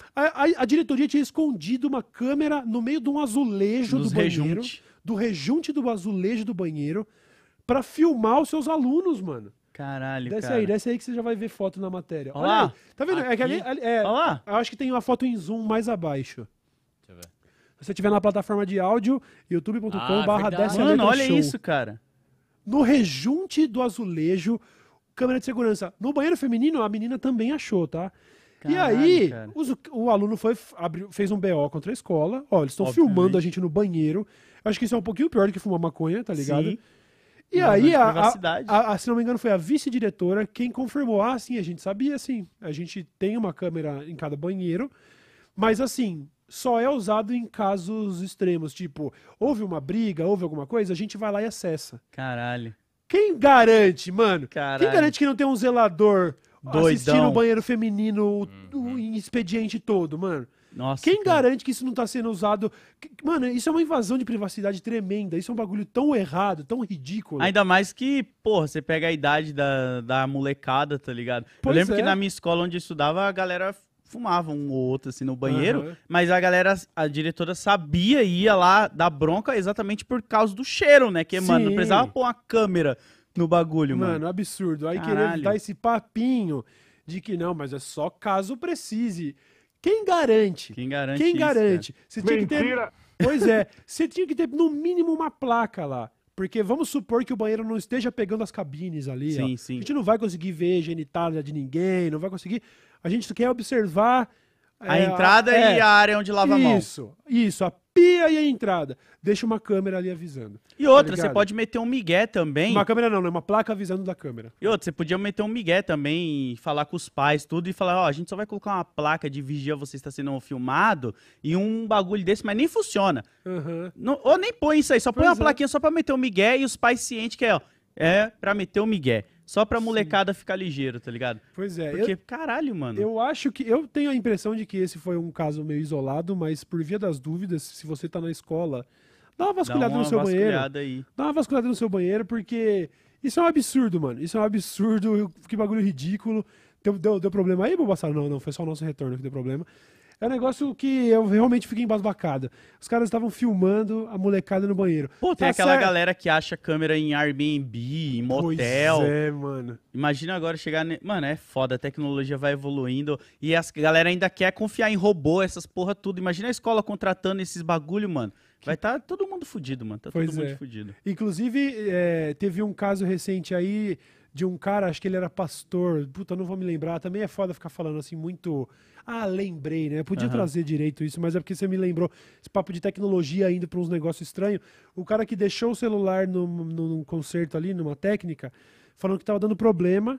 A diretoria tinha escondido uma câmera no meio de um azulejo Nos do banheiro, rejunte. do rejunte do azulejo do banheiro, pra filmar os seus alunos, mano. Caralho, Desce aí que você já vai ver foto na matéria. Olha lá. aí. Tá vendo? É que ali, Olha lá. eu acho que tem uma foto em zoom mais abaixo. Deixa eu ver. Se você estiver na plataforma de áudio, youtube.com/desce verdade. a Mano, letra olha show. isso, cara. No rejunte do azulejo, câmera de segurança. No banheiro feminino, a menina também achou, tá? E Caralho, aí, cara. o aluno fez um BO contra a escola. Ó, eles estão Obviamente. filmando a gente no banheiro. Acho que isso é um pouquinho pior do que fumar maconha, tá ligado? Sim. E Não, aí, mas privacidade. se não me engano, foi a vice-diretora quem confirmou. Ah, sim, a gente sabia, sim. A gente tem uma câmera em cada banheiro. Mas, assim, só é usado em casos extremos. Tipo, houve uma briga, houve alguma coisa, a gente vai lá e acessa. Caralho. Quem garante, mano? Caralho. Quem garante que não tem um zelador Doidão. assistindo o banheiro feminino o expediente todo, mano? Nossa. Quem cara. garante que isso não tá sendo usado? Mano, isso é uma invasão de privacidade tremenda. Isso é um bagulho tão errado, tão ridículo. Ainda mais que, porra, você pega a idade da molecada, tá ligado? Pois eu lembro é. que na minha escola onde eu estudava, a galera fumava um ou outro assim no banheiro, Aham. mas a diretora sabia e ia lá dar bronca exatamente por causa do cheiro, né? Que, mano, não Sim. precisava pôr uma câmera no bagulho, mano. Mano, absurdo. Aí Caralho. querer dar esse papinho de que não, mas é só caso precise. Quem garante? Quem garante Quem isso, garante? Você tinha que ter. Pois é, você tinha que ter no mínimo uma placa lá. Porque vamos supor que o banheiro não esteja pegando as cabines ali. Sim, ó. sim. A gente não vai conseguir ver genitália de ninguém, não vai conseguir. A gente quer observar. A entrada e a área onde lava a mão. Isso, a pia e a entrada. Deixa uma câmera ali avisando. E outra, Tá você ligado? pode meter um migué também. Uma câmera não, né? Uma placa avisando da câmera. E outra, você podia meter um migué também, e falar com os pais, tudo, e falar, ó, a gente só vai colocar uma placa de vigia, você está sendo filmado, e um bagulho desse, mas nem funciona. Aham. Ou nem põe isso aí, só põe Pois uma é. plaquinha só pra meter o migué e os pais cientes que é pra meter o migué. Só pra molecada ficar ligeiro, tá ligado? Pois é. Porque, caralho, mano. Eu acho que. Eu tenho a impressão de que esse foi um caso meio isolado, mas por via das dúvidas, se você tá na escola, dá uma Dá vasculhada uma no seu banheiro. vasculhada aí. Dá uma vasculhada no seu banheiro, porque isso é um absurdo, mano. Isso é um absurdo, que bagulho ridículo. Deu problema aí, Bulbasauro? Não, foi só o nosso retorno que deu problema. É um negócio que eu realmente fiquei embasbacado. Os caras estavam filmando a molecada no banheiro. Pô, tem Tá aquela certo. galera que acha câmera em Airbnb, em motel. Pois é, mano. Imagina agora chegar... Mano, é foda, a tecnologia vai evoluindo e a galera ainda quer confiar em robô, essas porra tudo. Imagina a escola contratando esses bagulho, mano. Vai tá todo mundo fudido, mano. Tá Pois todo mundo é. fudido. Inclusive, teve um caso recente aí de um cara, acho que ele era pastor, puta, não vou me lembrar, também é foda ficar falando assim muito, lembrei, né, eu podia Aham. trazer direito isso, mas é porque você me lembrou, esse papo de tecnologia indo pra uns negócios estranhos, o cara que deixou o celular num concerto ali, numa técnica, falando que tava dando problema,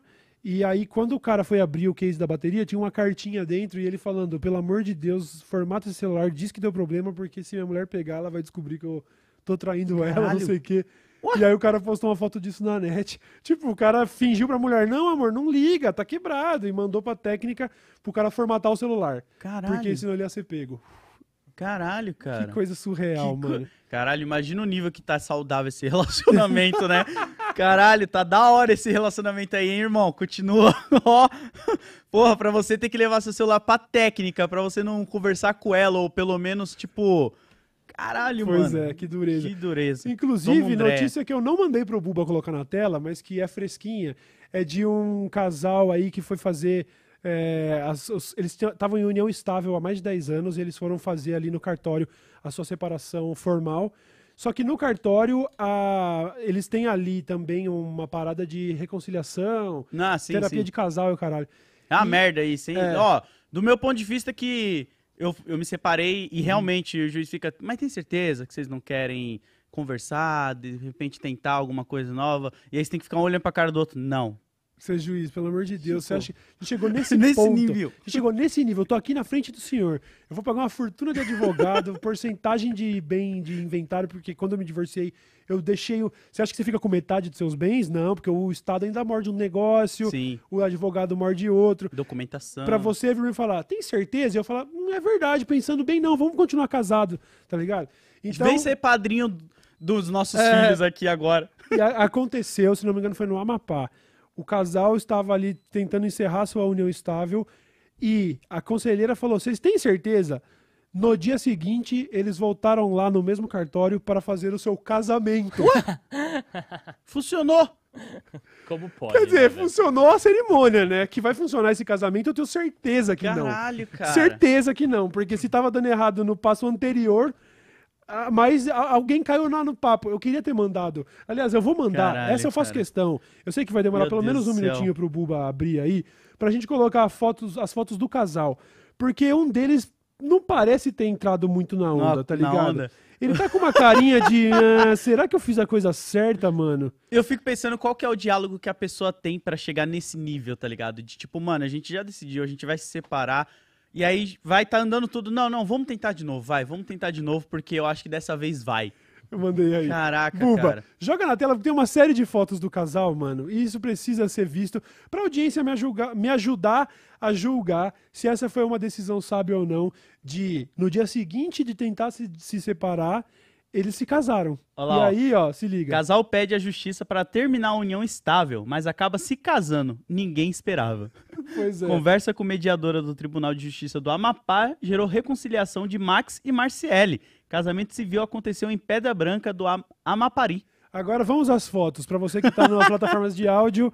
E aí, quando o cara foi abrir o case da bateria, tinha uma cartinha dentro e ele falando, pelo amor de Deus, formata esse celular, diz que deu problema, porque se minha mulher pegar, ela vai descobrir que eu tô traindo ela, não Caralho. sei o quê. E aí o cara postou uma foto disso na net. Tipo, o cara fingiu pra mulher, não, amor, não liga, tá quebrado. E mandou pra técnica pro cara formatar o celular. Caralho. Porque senão ele ia ser pego. Caralho, cara. Que coisa surreal, Que co- mano. Caralho, imagina o nível que tá saudável esse relacionamento, né? Caralho, tá da hora esse relacionamento aí, hein, irmão? Continua. Ó, porra, pra você ter que levar seu celular pra técnica, pra você não conversar com ela, ou pelo menos, tipo... Caralho, Pois mano. é, que dureza. Que dureza. Toma Inclusive, um André. notícia que eu não mandei pro Buba colocar na tela, mas que é fresquinha, é de um casal aí que foi fazer... eles estavam em união estável há mais de 10 anos e eles foram fazer ali no cartório a sua separação formal. Só que no cartório, eles têm ali também uma parada de reconciliação, Ah, sim, terapia sim. de casal e o caralho. É uma E- merda isso, hein? É. Ó, do meu ponto de vista que eu me separei e realmente o juiz fica... Mas tem certeza que vocês não querem conversar, de repente tentar alguma coisa nova? E aí você tem que ficar um olhando pra cara do outro. Não. Seu juiz, pelo amor de Deus, Tipo, você acha que chegou nesse nesse ponto? nível. Chegou nesse nível, eu tô aqui na frente do senhor. Eu vou pagar uma fortuna de advogado, porcentagem de bem de inventário, porque quando eu me divorciei, eu deixei o... Você acha que você fica com metade dos seus bens? Não, porque o Estado ainda morde um negócio, Sim. o advogado morde outro. Documentação. Pra você vir me falar, tem certeza? E eu falar, não é verdade, pensando bem, não, vamos continuar casado, tá ligado? Então, Vem ser padrinho dos nossos É. filhos aqui agora. e aconteceu, se não me engano, foi no Amapá. O casal estava ali tentando encerrar sua união estável e a conselheira falou: vocês têm certeza? No dia seguinte, eles voltaram lá no mesmo cartório para fazer o seu casamento. Funcionou. Como pode? Quer dizer, né, velho? funcionou a cerimônia, né? Que vai funcionar esse casamento, eu tenho certeza que não. Caralho, cara. Certeza que não, porque se tava dando errado no passo anterior, mas alguém caiu no papo. Eu queria ter mandado. Aliás, eu vou mandar. Caralho, Essa eu faço cara. questão. Eu sei que vai demorar Meu pelo Deus menos do um céu. minutinho pro Buba abrir aí, pra gente colocar as fotos do casal. Porque um deles não parece ter entrado muito na onda, tá na ligado? onda. Ele tá com uma carinha de. Será que eu fiz a coisa certa, mano? Eu fico pensando qual que é o diálogo que a pessoa tem pra chegar nesse nível, tá ligado? De tipo, mano, a gente já decidiu, a gente vai se separar. E aí vai tá andando tudo. Não, vamos tentar de novo, vamos tentar de novo, porque eu acho que dessa vez vai. Eu mandei aí. Caraca, Buba, cara. joga na tela, porque tem uma série de fotos do casal, mano, e isso precisa ser visto pra audiência me ajudar a julgar se essa foi uma decisão sábia ou não, de, no dia seguinte de tentar se separar, eles se casaram. Olha lá, E ó. aí, ó, se liga. Casal pede a justiça pra terminar a união estável, mas acaba se casando. Ninguém esperava. Pois é. Conversa com mediadora do Tribunal de Justiça do Amapá gerou reconciliação de Max e Marciele. Casamento civil aconteceu em Pedra Branca do Amapari. Agora vamos às fotos, pra você que tá nas plataformas de áudio,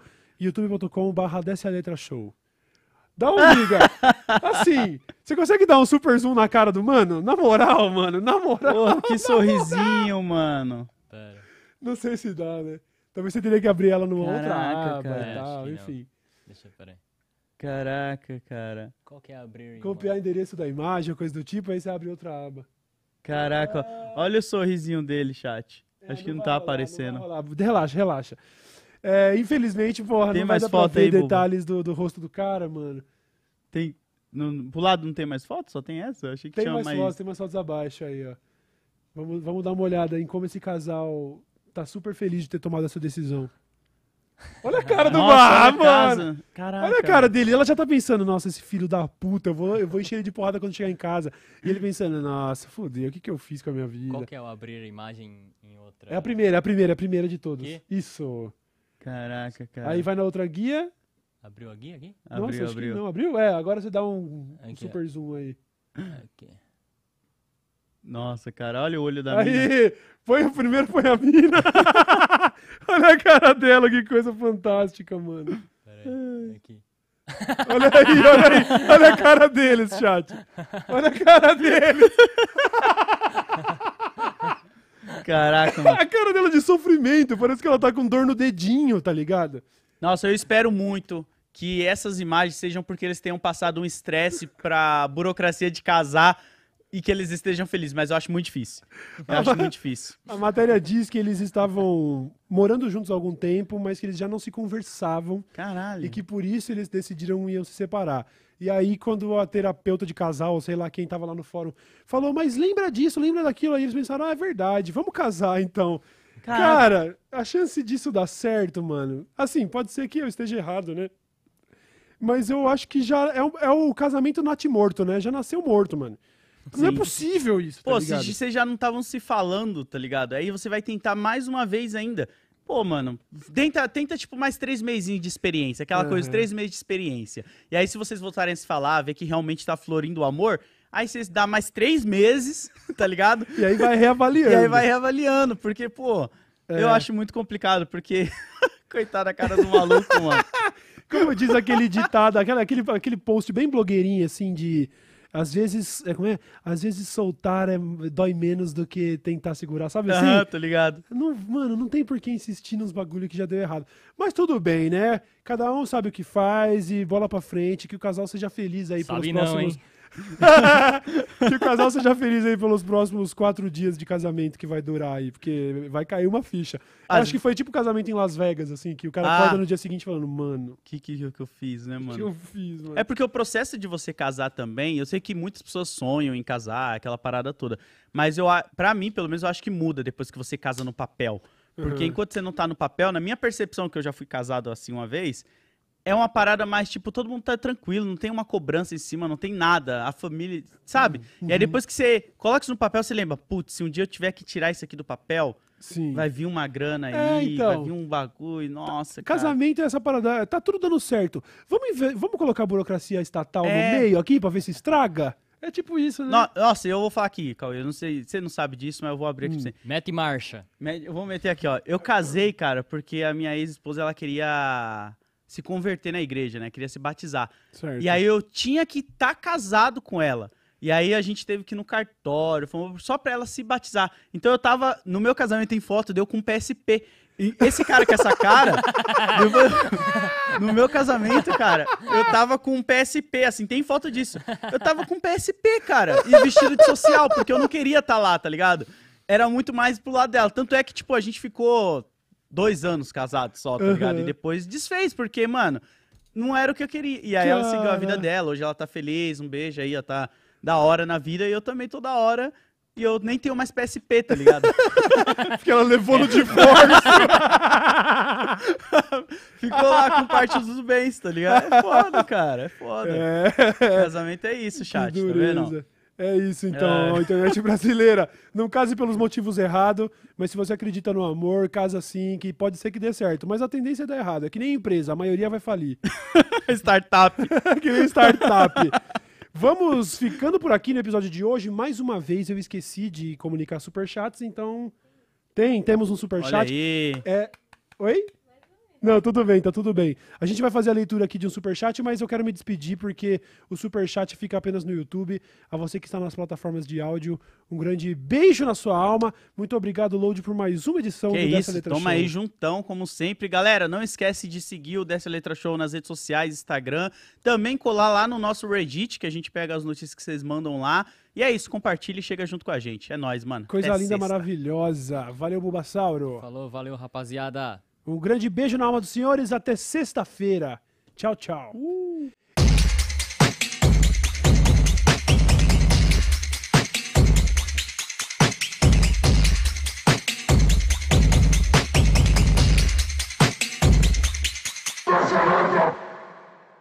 youtube.com/desce-a-letra-show. Dá uma liga. Assim, você consegue dar um super zoom na cara do mano? Na moral, mano, na moral. Porra, que sorrisinho, mano. Pera. Não sei se dá, né? Talvez você teria que abrir ela numa outra Caraca, aba cara. e tal, Acho que não. enfim. Deixa eu, peraí. Caraca, cara. Qual que é abrir? Copiar endereço da imagem, coisa do tipo, aí você abre outra aba. Caraca, olha o sorrisinho dele, chat. Acho que não vai tá rolar, aparecendo. não vai rolar. Relaxa, relaxa. Infelizmente, porra, Tem não vai mais dar pra foto ver aí, Buba? detalhes do rosto do cara, mano. Tem. Pro lado não tem mais foto? Só tem essa? Eu achei que Tem tinha mais mais. fotos, tem mais fotos abaixo aí, ó. Vamos dar uma olhada em como esse casal tá super feliz de ter tomado essa decisão. Olha a cara do Nossa, Bar, olha a mano! casa. Caraca. Olha a cara dele, ela já tá pensando, nossa, esse filho da puta, eu vou encher ele de porrada quando chegar em casa. E ele pensando, nossa, fodeu, o que eu fiz com a minha vida? Qual que é o abrir a imagem em outra? É a primeira de todas. Aqui? Isso. Caraca, cara. Aí vai na outra guia. Abriu a guia aqui? Nossa, Abriu, acho que abriu. não abriu? Agora você dá um Aqui, ó. super zoom aí. Aqui. Nossa, cara, olha o olho da mina. Aí, põe a mina. Olha a cara dela, que coisa fantástica, mano. Peraí. Aqui. Olha a cara deles, chat. Olha a cara deles. Caraca, mano. A cara dela de sofrimento, parece que ela tá com dor no dedinho, tá ligado? Nossa, eu espero muito que essas imagens sejam porque eles tenham passado um estresse pra burocracia de casar e que eles estejam felizes, mas eu acho muito difícil. Eu acho muito difícil. A matéria diz que eles estavam morando juntos há algum tempo, mas que eles já não se conversavam Caralho. e que por isso eles decidiram iam se separar. E aí, quando a terapeuta de casal, sei lá quem tava lá no fórum, falou, mas lembra disso, lembra daquilo, aí eles pensaram, é verdade, vamos casar então. Cara, a chance disso dar certo, mano, assim, pode ser que eu esteja errado, né? Mas eu acho que já é o casamento natimorto, né? Já nasceu morto, mano. Não é Sim. possível isso, tá Pô, ligado? se vocês já não estavam se falando, tá ligado? Aí você vai tentar mais uma vez ainda. Pô, mano, tenta tipo, mais 3 meses de experiência. Aquela coisa, 3 meses de experiência. E aí, se vocês voltarem a se falar, ver que realmente tá florindo o amor, aí vocês dá mais 3 meses, tá ligado? E aí vai reavaliando. E aí vai reavaliando, porque, pô, eu acho muito complicado, porque... Coitada da cara do maluco, mano. Como diz aquele ditado, aquele post bem blogueirinho, assim, de... Às vezes, Às vezes soltar dói menos do que tentar segurar, sabe assim? Ah, tô ligado. Não, mano, não tem por que insistir nos bagulho que já deu errado. Mas tudo bem, né? Cada um sabe o que faz e bola pra frente, que o casal seja feliz aí Sabe pelos não, próximos... hein? Que o casal seja feliz aí pelos próximos 4 dias de casamento que vai durar aí, porque vai cair uma ficha. Eu acho que foi tipo casamento em Las Vegas, assim, que o cara acorda no dia seguinte falando, mano, O que eu fiz, né, o mano? que eu fiz, mano? É porque o processo de você casar também, eu sei que muitas pessoas sonham em casar, aquela parada toda. Mas pra mim, pelo menos, eu acho que muda depois que você casa no papel. Porque enquanto você não tá no papel, na minha percepção, que eu já fui casado assim uma vez, é uma parada mais, tipo, todo mundo tá tranquilo, não tem uma cobrança em cima, não tem nada, a família, sabe? E aí depois que você coloca isso no papel, você lembra, putz, se um dia eu tiver que tirar isso aqui do papel, Sim. vai vir uma grana aí, então. vai vir um bagulho, nossa, cara. Casamento é essa parada, tá tudo dando certo. Vamos colocar a burocracia estatal no É. meio aqui pra ver se estraga? É tipo isso, né? Nossa, eu vou falar aqui, Cauê, eu não sei, você não sabe disso, mas eu vou abrir aqui pra você. Mete marcha. Eu vou meter aqui, ó. Eu casei, cara, porque a minha ex-esposa, ela queria se converter na igreja, né? Queria se batizar. Certo. E aí eu tinha que estar casado com ela. E aí a gente teve que ir no cartório, só pra ela se batizar. Então eu tava, no meu casamento tem foto, deu com PSP. E esse cara com essa cara, no meu casamento, cara, eu tava com um PSP, assim, tem foto disso. Eu tava com PSP, cara, e vestido de social, porque eu não queria estar lá, tá ligado? Era muito mais pro lado dela. Tanto é que, tipo, a gente ficou 2 anos casados só, tá ligado? E depois desfez, porque, mano, não era o que eu queria. E aí ela seguiu a vida dela, hoje ela tá feliz, um beijo aí, ela tá da hora na vida, e eu também tô da hora. E eu nem tenho mais PSP, tá ligado? Porque ela levou no divórcio. Ficou lá com parte dos bens, tá ligado? É foda, cara, é foda. Casamento é isso, chat, Que tá dureza. vendo? É isso, então, a internet brasileira. Não case pelos motivos errados, mas se você acredita no amor, casa sim, que pode ser que dê certo. Mas a tendência é dar errado. É que nem empresa, a maioria vai falir. Startup. Que nem startup. Vamos ficando por aqui no episódio de hoje. Mais uma vez eu esqueci de comunicar superchats, então temos um Olha superchat. aí. Oi? Não, tudo bem, tá tudo bem. A gente vai fazer a leitura aqui de um superchat, mas eu quero me despedir porque o superchat fica apenas no YouTube. A você que está nas plataformas de áudio, um grande beijo na sua alma. Muito obrigado, Load, por mais uma edição Que do Dessa isso, Letra toma Show. aí juntão, como sempre. Galera, não esquece de seguir o Dessa Letra Show nas redes sociais, Instagram. Também colar lá no nosso Reddit, que a gente pega as notícias que vocês mandam lá. E é isso, compartilha e chega junto com a gente. É nóis, mano. Coisa Até linda, sexta. maravilhosa. Valeu, Bulbasauro. Falou, valeu, rapaziada. Um grande beijo na alma dos senhores. Até sexta-feira. Tchau, tchau.